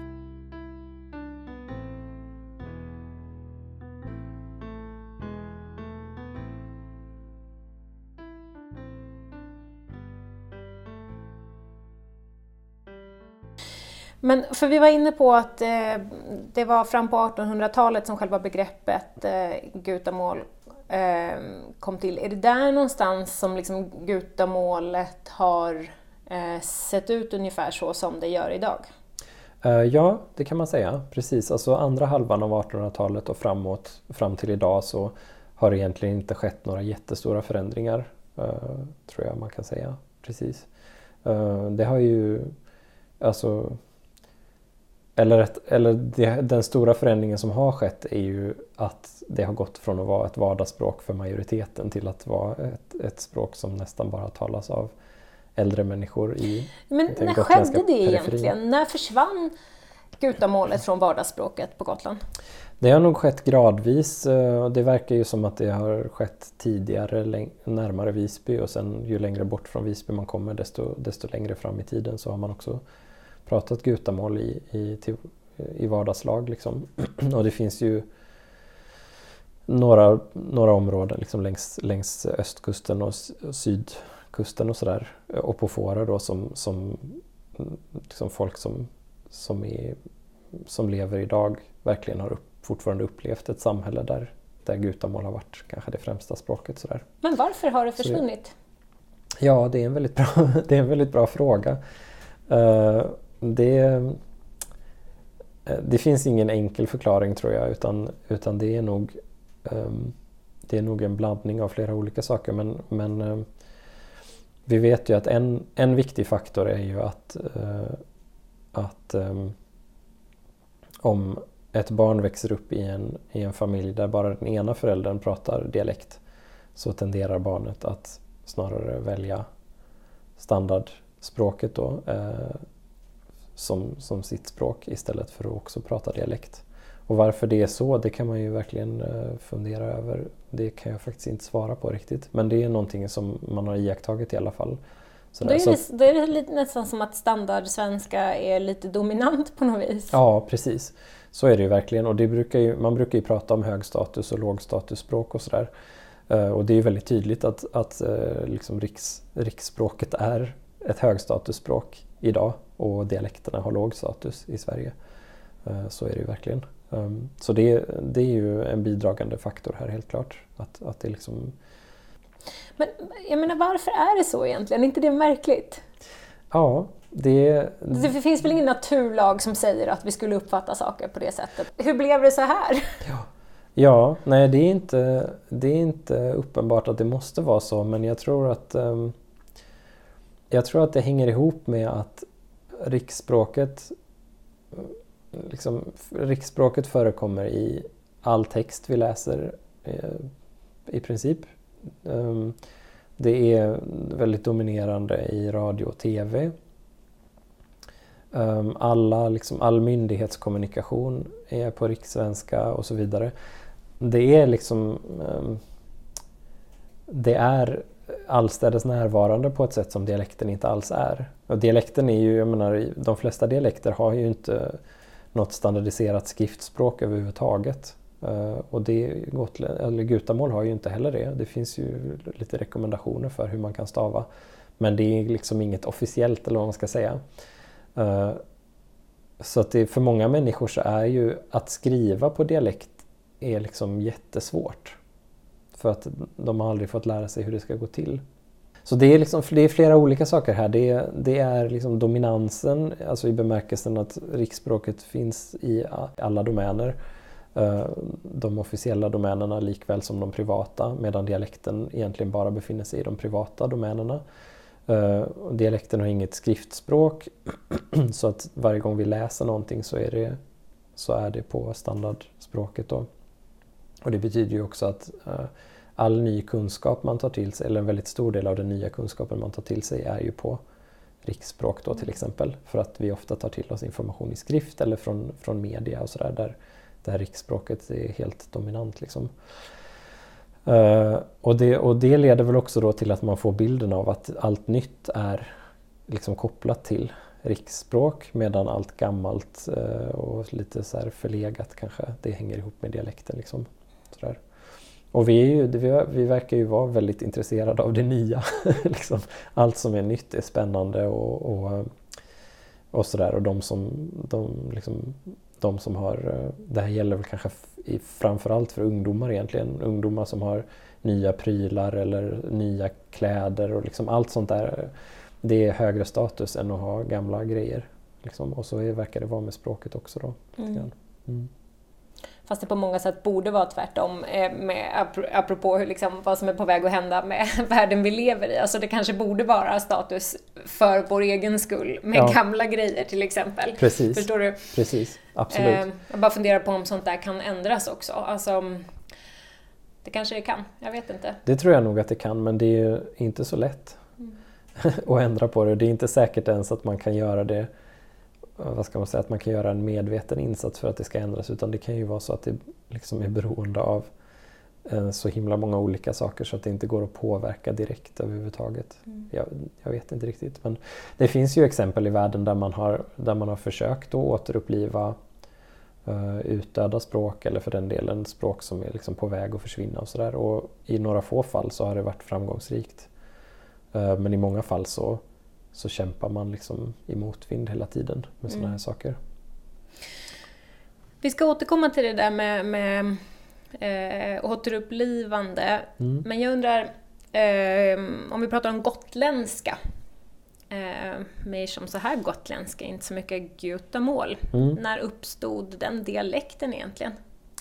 Men för vi var inne på att det var fram på 1800-talet som själva begreppet gutamål kom till. Är det där någonstans som liksom gutamålet har sett ut ungefär så som det gör idag? Ja, det kan man säga. Precis. Alltså andra halvan av 1800-talet och fram till idag så har det egentligen inte skett några jättestora förändringar, tror jag man kan säga. Precis. Det har ju den stora förändringen som har skett är ju att det har gått från att vara ett vardagsspråk för majoriteten till att vara ett språk som nästan bara talas av äldre människor i den gotländska när skedde det egentligen? När försvann gutamålet från vardagsspråket på Gotland? Det har nog skett gradvis. Det verkar ju som att det har skett tidigare närmare Visby, och sen ju längre bort från Visby man kommer desto längre fram i tiden så har man också pratat gutamål i vardagslag liksom. Och det finns ju några områden liksom längs östkusten och sydkusten och sådär, och på Fårö då som liksom folk som lever idag verkligen har fortfarande upplevt ett samhälle där gutamål har varit kanske det främsta språket sådär. Men varför har det försvunnit? Ja, det är en väldigt bra fråga. Det finns ingen enkel förklaring tror jag, utan det är nog en blandning av flera olika saker, men vi vet ju att en viktig faktor är ju att om ett barn växer upp i en familj där bara den ena föräldern pratar dialekt, så tenderar barnet att snarare välja standardspråket då som sitt språk istället för att också prata dialekt. Och varför det är så, det kan man ju verkligen fundera över. Det kan jag faktiskt inte svara på riktigt. Men det är någonting som man har iakttagit i alla fall. Det är lite nästan som att standardsvenska är lite dominant på något vis. Ja, precis. Så är det ju verkligen. Och man brukar ju prata om högstatus och lågstatusspråk och sådär. Och det är ju väldigt tydligt att liksom riksspråket är ett högstatusspråk idag och dialekterna har låg status i Sverige. Så är det ju verkligen. Så det är ju en bidragande faktor här helt klart. Att det liksom... Men jag menar, varför är det så egentligen? Är inte det märkligt? Ja, det finns väl ingen naturlag som säger att vi skulle uppfatta saker på det sättet. Hur blev det så här? Ja, nej, det är inte uppenbart att det måste vara så, men jag tror att det hänger ihop med att riksspråket förekommer i all text vi läser i princip. Det är väldigt dominerande i radio och tv. All myndighetskommunikation är på rikssvenska och så vidare. Det är det är allstädes närvarande på ett sätt som dialekten inte alls är. Och dialekten är ju, jag menar, de flesta dialekter har ju inte något standardiserat skriftspråk överhuvudtaget. Och gutamål har ju inte heller det. Det finns ju lite rekommendationer för hur man kan stava. Men det är liksom inget officiellt, eller vad man ska säga. Så att för många människor så är ju att skriva på dialekt är liksom jättesvårt. För att de har aldrig fått lära sig hur det ska gå till. Så det är flera olika saker här. Det är liksom dominansen, alltså i bemärkelsen att riksspråket finns i alla domäner. De officiella domänerna likväl som de privata, medan dialekten egentligen bara befinner sig i de privata domänerna. Dialekten har inget skriftspråk, så att varje gång vi läser någonting så är det på standardspråket då. Och det betyder ju också att all ny kunskap man tar till sig, eller en väldigt stor del av den nya kunskapen man tar till sig, är ju på riksspråk då till exempel. För att vi ofta tar till oss information i skrift eller från media och sådär, där riksspråket är helt dominant liksom. Och det leder väl också då till att man får bilden av att allt nytt är liksom kopplat till riksspråk, medan allt gammalt och lite så här förlegat kanske, det hänger ihop med dialekten liksom. Sådär. Och vi verkar ju vara väldigt intresserade av det nya. Liksom. Allt som är nytt är spännande och sådär. Och de som har, det här gäller väl kanske framförallt för ungdomar egentligen. Ungdomar som har nya prylar eller nya kläder och liksom allt sånt där. Det är högre status än att ha gamla grejer. Liksom. Och så verkar det vara med språket också då. Fast det på många sätt borde vara tvärtom, apropå vad som är på väg att hända med världen vi lever i. Alltså det kanske borde vara status för vår egen skull med gamla grejer till exempel. Precis. Förstår du? Precis, absolut. Jag bara funderar på om sånt där kan ändras också. Alltså, det kanske det kan, jag vet inte. Det tror jag nog att det kan, men det är ju inte så lätt att ändra på det. Det är inte säkert ens att man kan göra det. Vad ska man säga, att man kan göra en medveten insats för att det ska ändras, utan det kan ju vara så att det liksom är beroende av så himla många olika saker så att det inte går att påverka direkt överhuvudtaget. Jag vet inte riktigt, men det finns ju exempel i världen där man har försökt att återuppliva utdöda språk, eller för den delen språk som är liksom på väg att försvinna och sådär, och i några få fall så har det varit framgångsrikt, men i många fall så kämpar man liksom i motvind hela tiden med såna här saker. Vi ska återkomma till det där med återupplivande. Men jag undrar, om vi pratar om gotländska. Mer som så här gotländska, inte så mycket gutamål. När uppstod den dialekten egentligen?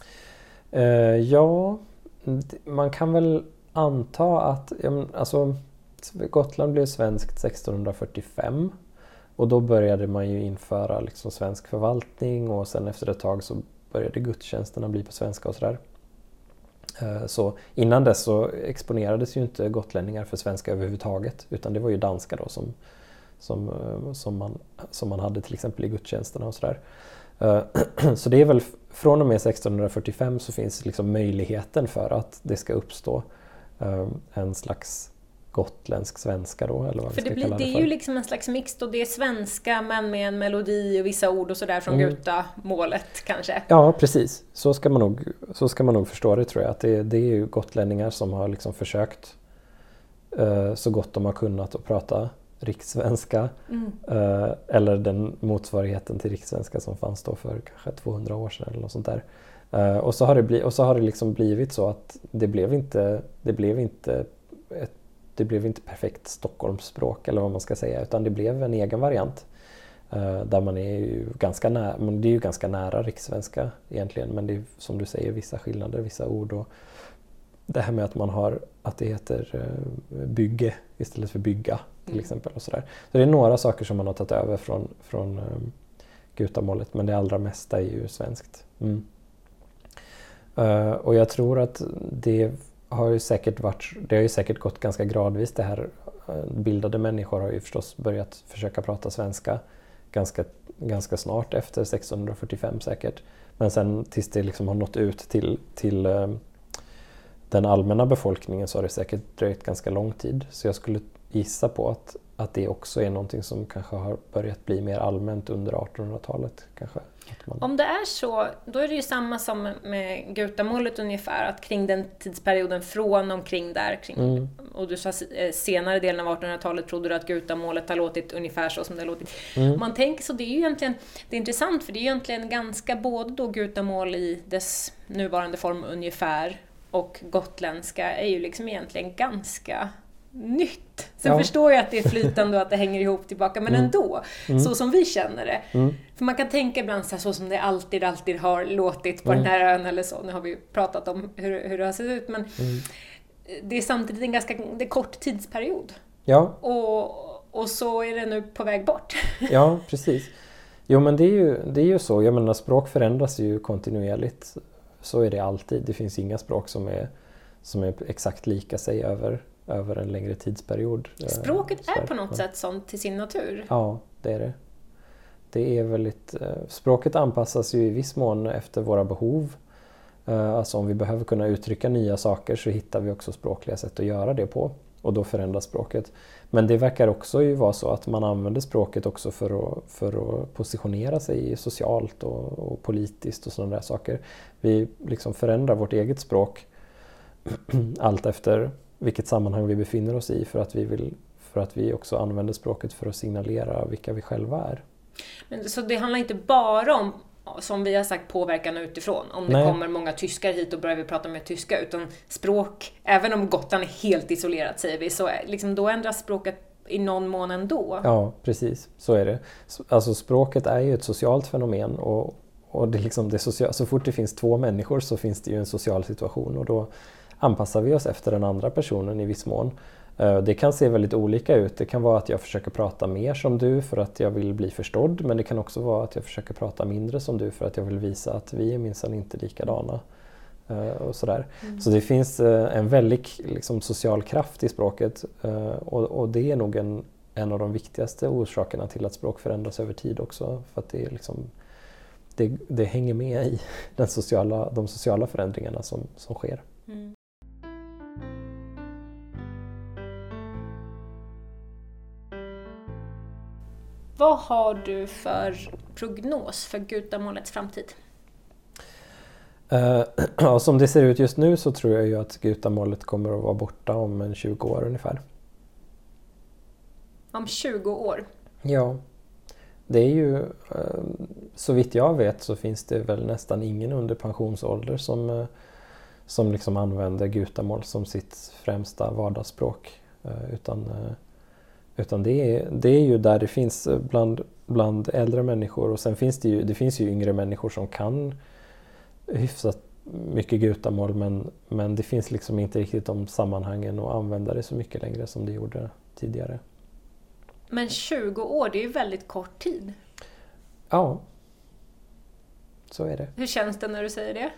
Man kan väl anta att... Gotland blev svenskt 1645 och då började man ju införa liksom svensk förvaltning, och sen efter ett tag så började gudstjänsterna bli på svenska och sådär. Så innan dess så exponerades ju inte gotlänningar för svenska överhuvudtaget, utan det var ju danska då som man hade till exempel i gudstjänsterna och sådär. Så det är väl från och med 1645 så finns liksom möjligheten för att det ska uppstå en slags gotländsk svenska då, eller vad vi ska kalla det för. Det är ju liksom en slags mix, och det är svenska men med en melodi och vissa ord och sådär från gutamålet kanske. Ja, precis. Så ska man nog förstå det, tror jag. Att det är ju gotlänningar som har liksom försökt så gott de har kunnat att prata rikssvenska eller den motsvarigheten till rikssvenska som fanns då för kanske 200 år sedan eller något sånt där. Och så har det liksom blivit så att det blev inte perfekt Stockholmsspråk eller vad man ska säga, utan det blev en egen variant där man är ju ganska nära, men det är ju ganska nära rikssvenska egentligen, men det är som du säger vissa skillnader, vissa ord, och det här med att det heter bygge istället för bygga till exempel och sådär. Så det är några saker som man har tagit över från gutamålet, men det allra mesta är ju svenskt. Och jag tror att det har ju säkert gått ganska gradvis. Det här bildade människor har ju förstås börjat försöka prata svenska ganska snart efter 1645 säkert. Men sen tills det liksom har nått ut till den allmänna befolkningen så har det säkert dröjt ganska lång tid. Så jag skulle gissa på att det också är någonting som kanske har börjat bli mer allmänt under 1800-talet kanske. Om det är så, då är det ju samma som med gutamålet ungefär, att kring den tidsperioden från omkring där, och du sa senare delen av 1800-talet trodde du att gutamålet har låtit ungefär så som det har låtit. Man tänker så, det är ju egentligen, det är intressant för det är ju egentligen ganska både då gutamål i dess nuvarande form ungefär och gotländska är ju liksom egentligen ganska nytt. Sen förstår jag att det är flytande och att det hänger ihop tillbaka, men ändå, så som vi känner det. För man kan tänka ibland så som det alltid har låtit på den här ön eller så. Nu har vi ju pratat om hur det har sett ut, men det är samtidigt en ganska kort tidsperiod. Ja. Och så är det nu på väg bort. Ja, precis. Jo, men det är ju så. Jag menar, språk förändras ju kontinuerligt. Så är det alltid. Det finns inga språk som är exakt lika sig över en längre tidsperiod. Språket är på något sätt sånt till sin natur. Ja, det är det. Det är väldigt, språket anpassas ju i viss mån efter våra behov. Alltså om vi behöver kunna uttrycka nya saker så hittar vi också språkliga sätt att göra det på. Och då förändras språket. Men det verkar också ju vara så att man använder språket också för att positionera sig socialt och politiskt och sådana där saker. Vi liksom förändrar vårt eget språk allt efter vilket sammanhang vi befinner oss i, för att vi också använder språket för att signalera vilka vi själva är. Men så det handlar inte bara om, som vi har sagt, påverkan utifrån. Om det kommer många tyskar hit och börjar vi prata med tyska, utan språk, även om Gotland är helt isolerat säger vi, så liksom då ändras språket i någon mån ändå. Ja, precis. Så är det. Alltså språket är ju ett socialt fenomen och det liksom så fort det finns två människor så finns det ju en social situation, och då anpassar vi oss efter den andra personen i viss mån. Det kan se väldigt olika ut. Det kan vara att jag försöker prata mer som du för att jag vill bli förstådd, men det kan också vara att jag försöker prata mindre som du för att jag vill visa att vi är minsann inte likadana. Och sådär. Så det finns en väldig liksom, social kraft i språket, och det är nog en av de viktigaste orsakerna till att språk förändras över tid också, för att det är liksom det hänger med i de sociala förändringarna som sker. Vad har du för prognos för gutamålets framtid? Som det ser ut just nu så tror jag ju att gutamålet kommer att vara borta om en 20 år ungefär. Om 20 år? Ja. Det är ju, så vitt jag vet så finns det väl nästan ingen under pensionsålder som liksom använder gutamål som sitt främsta vardagsspråk. Utan det är ju där det finns bland äldre människor, och sen finns det finns ju yngre människor som kan hyfsat mycket gutamål, men det finns liksom inte riktigt de sammanhangen att använda det så mycket längre som det gjorde tidigare. Men 20 år, det är ju väldigt kort tid. Ja, så är det. Hur känns det när du säger det?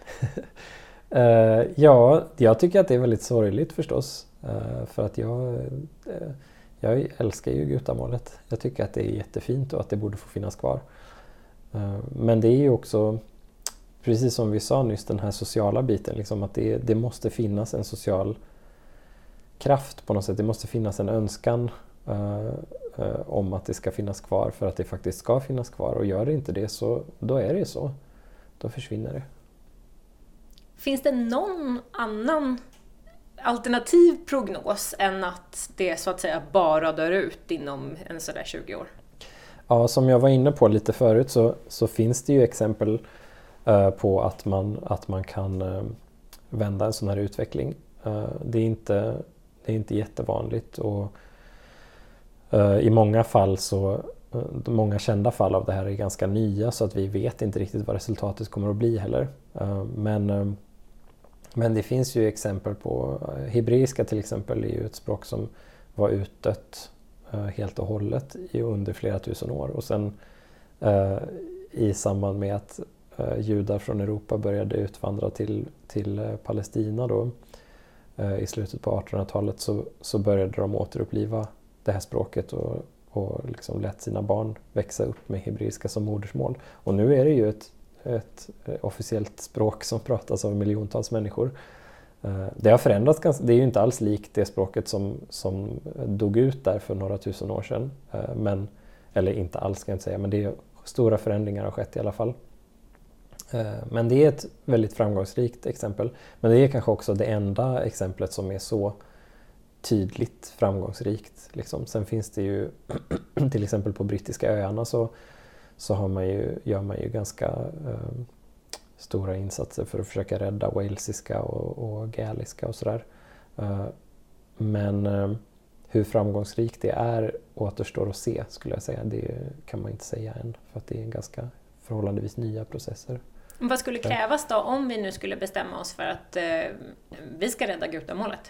Ja, jag tycker att det är väldigt sorgligt förstås. För att jag älskar ju gutamålet. Jag tycker att det är jättefint och att det borde få finnas kvar. Men det är ju också, precis som vi sa nyss, den här sociala biten. Liksom att det måste finnas en social kraft på något sätt. Det måste finnas en önskan om att det ska finnas kvar för att det faktiskt ska finnas kvar. Och gör det inte det, så då är det så. Då försvinner det. Finns det någon annan alternativ prognos än att det så att säga bara dör ut inom en sådär 20 år? Ja, som jag var inne på lite förut så finns det ju exempel på att man kan vända en sån här utveckling. Det är inte jättevanligt, och i många fall många kända fall av det här är ganska nya, så att vi vet inte riktigt vad resultatet kommer att bli heller. Men det finns ju exempel på hebreiska till exempel, är ju ett språk som var utdött helt och hållet under flera tusen år, och sen i samband med att judar från Europa började utvandra till Palestina då, i slutet på 1800-talet, så började de återuppliva det här språket och liksom lät sina barn växa upp med hebreiska som modersmål. Och nu är det ju ett officiellt språk som pratas av miljontals människor. Det har förändrats, det är ju inte alls likt det språket som dog ut där för några tusen år sedan. Eller inte alls ska jag inte säga, men det är stora förändringar har skett i alla fall. Men det är ett väldigt framgångsrikt exempel. Men det är kanske också det enda exemplet som är så tydligt framgångsrikt. Liksom. Sen finns det ju till exempel på brittiska öarna så gör man ju ganska stora insatser för att försöka rädda walesiska och gaeliska och sådär. Men hur framgångsrikt det är återstår att se, skulle jag säga. Det kan man inte säga än, för att det är ganska förhållandevis nya processer. Vad skulle krävas då om vi nu skulle bestämma oss för att vi ska rädda gutamålet?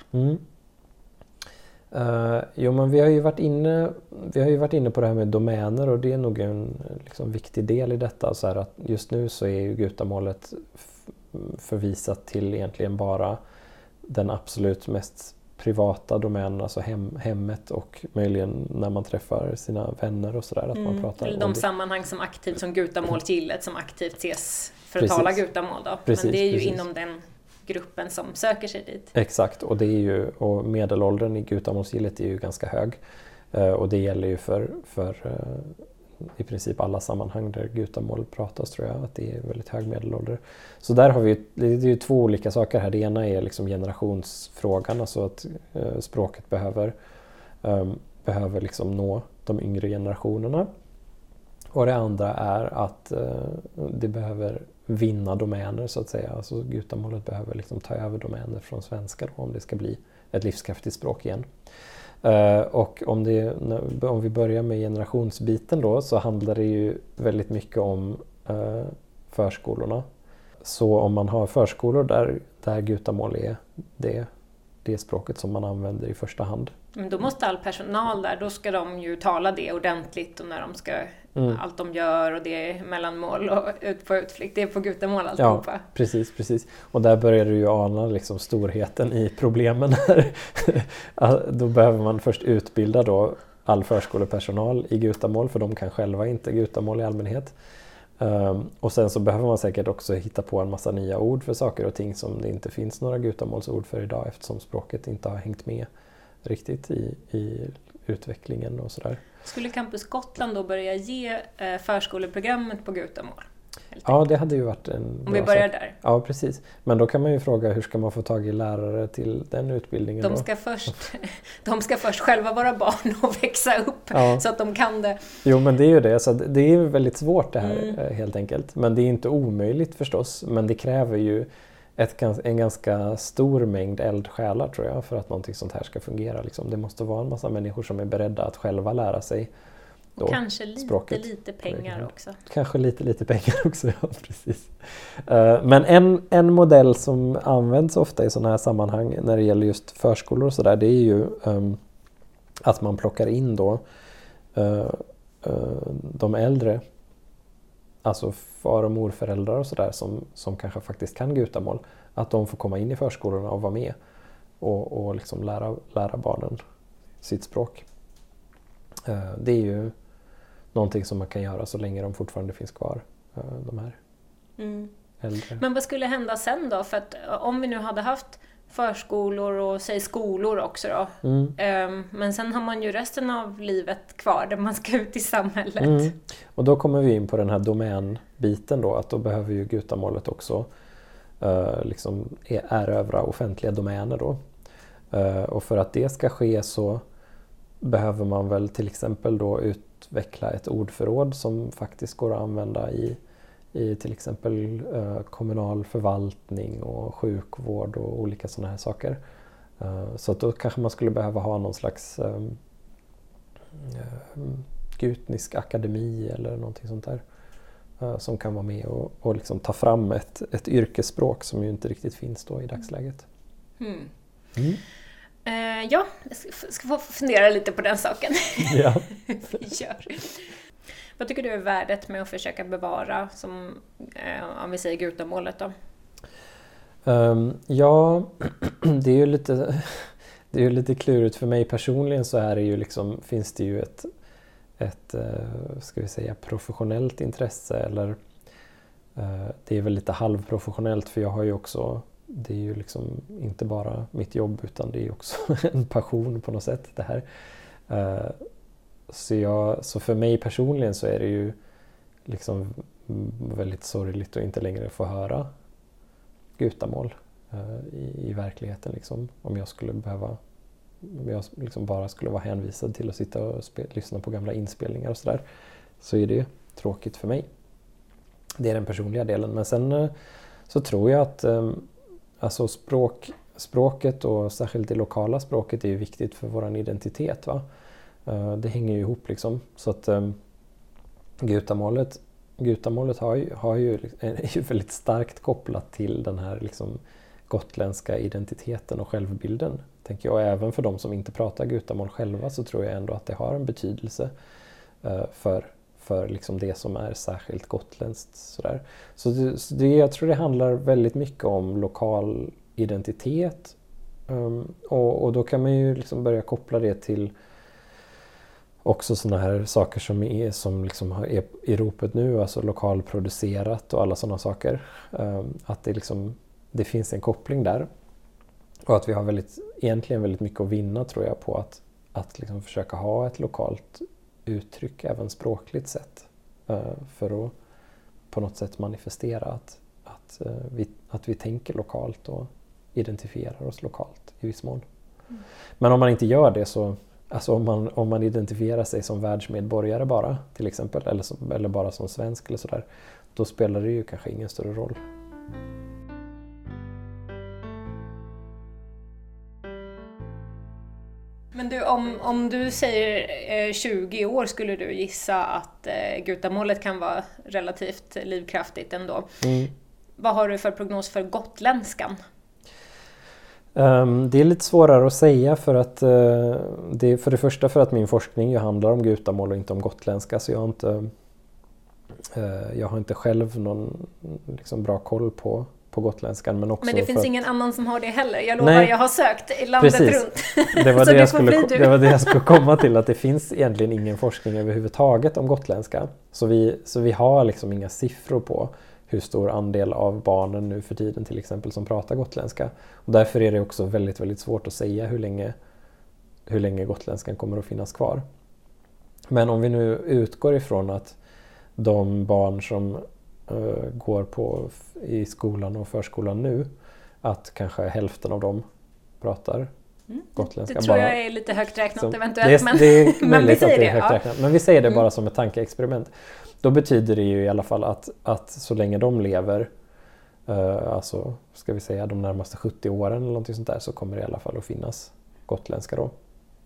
Men vi har ju varit inne på det här med domäner, och det är nog en liksom viktig del i detta. Så här att just nu så är ju gutamålet förvisat till egentligen bara den absolut mest privata domänen, alltså hemmet, och möjligen när man träffar sina vänner och sådär, att man pratar eller de sammanhang som aktivt, som gutamålsgillet som aktivt ses för att tala gutamål då. Men det är ju inom den gruppen som söker sig dit. Exakt, och det är ju, och medelåldern i gutamålsgillet är ju ganska hög, och det gäller ju för i princip alla sammanhang där gutamål pratas, tror jag, att det är väldigt hög medelålder. Så där har vi det är ju två olika saker här. Det ena är liksom generationsfrågan, alltså att språket behöver liksom nå de yngre generationerna. Och det andra är att det behöver vinna domäner, så att säga. Alltså gutamålet behöver liksom ta över domäner från svenska då, om det ska bli ett livskraftigt språk igen. Och om vi börjar med generationsbiten då, så handlar det ju väldigt mycket om förskolorna. Så om man har förskolor där gutamål är det språket som man använder i första hand. Men då måste all personal där, då ska de ju tala det ordentligt, och när de ska allt de gör, och det är mellanmål och ut på utflykt, det är på gutamål alltihopa. Ja, precis. Och där börjar du ju ana liksom storheten i problemen här. Då behöver man först utbilda då all förskolepersonal i gutamål, för de kan själva inte gutamål i allmänhet. Och sen så behöver man säkert också hitta på en massa nya ord för saker och ting som det inte finns några gutamålsord för idag, eftersom språket inte har hängt med riktigt i utvecklingen och sådär. Skulle Campus Gotland då börja ge förskoleprogrammet på gutamål? Ja, det hade ju varit en bra Om vi börjar sak. där. Ja, precis. Men då kan man ju fråga, hur ska man få tag i lärare till den utbildningen de ska först själva vara barn och växa upp, så att de kan det. Jo, men det är ju det. Så det är väldigt svårt det här helt enkelt. Men det är inte omöjligt förstås. Men det kräver ju en ganska stor mängd eldsjälar, tror jag, för att någonting sånt här ska fungera. Liksom. Det måste vara en massa människor som är beredda att själva lära sig. Och kanske lite pengar också. Kanske lite pengar också, ja, precis. Men en modell som används ofta i sådana här sammanhang när det gäller just förskolor och sådär, det är ju att man plockar in då de äldre, alltså far- och morföräldrar och sådär, som kanske faktiskt kan gutamål, att de får komma in i förskolorna och vara med och liksom lära barnen sitt språk. Det är ju någonting som man kan göra så länge de fortfarande finns kvar, de här äldre. Men vad skulle hända sen då? För att om vi nu hade haft förskolor och skolor också då. Men sen har man ju resten av livet kvar där man ska ut i samhället. Och då kommer vi in på den här domänbiten då, att då behöver ju gutamålet också liksom erövra offentliga domäner då. Och för att det ska ske så behöver man väl till exempel då utveckla ett ordförråd som faktiskt går att använda i till exempel kommunal förvaltning och sjukvård och olika sådana här saker. Så att då kanske man skulle behöva ha någon slags gutnisk akademi eller någonting sånt där som kan vara med och liksom ta fram ett yrkesspråk som ju inte riktigt finns då i dagsläget. Ja, jag ska få fundera lite på den saken. Ja. Vi gör. Vad tycker du är värdet med att försöka bevara, som om vi säger Gutamålet då? Ja, det är ju lite klurigt för mig personligen. Så är det ju liksom, finns det ju ett ska vi säga professionellt intresse, eller det är väl lite halvprofessionellt, för jag har ju också, det är ju liksom inte bara mitt jobb utan det är också en passion på något sätt det här. Så för mig personligen så är det ju liksom väldigt sorgligt att inte längre få höra gutamål i verkligheten liksom. Om jag liksom bara skulle vara hänvisad till att sitta och lyssna på gamla inspelningar och sådär, så är det ju tråkigt för mig. Det är den personliga delen. Men sen så tror jag att alltså språket och särskilt det lokala språket är ju viktigt för våran identitet, va? Det hänger ju ihop liksom. Så att Gutamålet är ju väldigt starkt kopplat till den här liksom gotländska identiteten och självbilden, tänker jag. Och även för de som inte pratar gutamål själva så tror jag ändå att det har en betydelse för liksom det som är särskilt gotländskt. Sådär. Jag tror det handlar väldigt mycket om lokal identitet. Och då kan man ju liksom börja koppla det till också sådana här saker som liksom är i ropet nu, alltså lokalproducerat och alla sådana saker. Att det finns en koppling där. Och att vi har egentligen väldigt mycket att vinna, tror jag, på att liksom försöka ha ett lokalt uttryck, även språkligt sett, för att på något sätt manifestera att vi tänker lokalt och identifierar oss lokalt i viss mån. Men om man inte gör det så, alltså om man identifierar sig som världsmedborgare bara, till exempel, eller bara som svensk eller sådär, då spelar det ju kanske ingen större roll. Men du, om du säger 20 år, skulle du gissa att gutamålet kan vara relativt livskraftigt ändå. Vad har du för prognos för gotländskan? Det är lite svårare att säga för att för det första för att min forskning ju handlar om gutamål och inte om gotländska, så jag har inte själv någon liksom bra koll på gotländskan, men också. Men det finns ingen annan som har det heller. Jag lovar, jag har sökt i landet runt. Det var det jag skulle komma till, att det finns egentligen ingen forskning överhuvudtaget om gotländska. Så vi har liksom inga siffror på hur stor andel av barnen nu för tiden till exempel som pratar gotländska. Och därför är det också väldigt, väldigt svårt att säga hur länge gotländskan kommer att finnas kvar. Men om vi nu utgår ifrån att de barn som går i skolan och förskolan nu, att kanske hälften av dem pratar gotländska. Det tror jag är lite högt räknat eventuellt. Det är men vi säger det är högt räknat. Men vi säger det bara som ett tankeexperiment. Då betyder det ju i alla fall att så länge de lever, alltså ska vi säga de närmaste 70 åren eller någonting sånt där, så kommer det i alla fall att finnas gotländska då.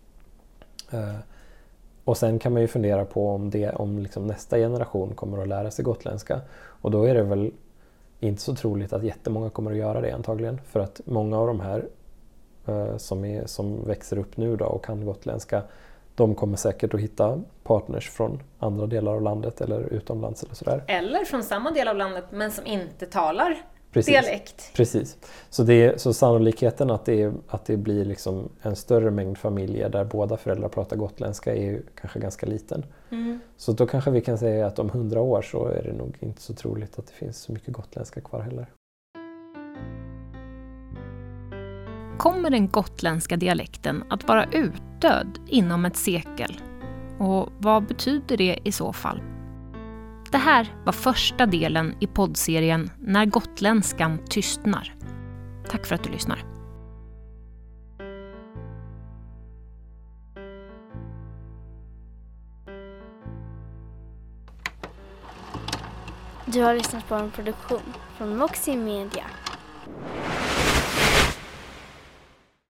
Och sen kan man ju fundera på om liksom nästa generation kommer att lära sig gotländska. Och då är det väl inte så troligt att jättemånga kommer att göra det antagligen. För att många av de här som växer upp nu då och kan gotländska, de kommer säkert att hitta partners från andra delar av landet eller utomlands eller sådär. Eller från samma del av landet men som inte talar dialekt. Precis. Så sannolikheten att det blir liksom en större mängd familjer där båda föräldrar pratar gotländska är ju kanske ganska liten. Så då kanske vi kan säga att om 100 år så är det nog inte så troligt att det finns så mycket gotländska kvar heller. Kommer den gotländska dialekten att vara utdöd inom ett sekel? Och vad betyder det i så fall? Det här var första delen i poddserien När gotländskan tystnar. Tack för att du lyssnar. Du har lyssnat på en produktion från Moxie Media.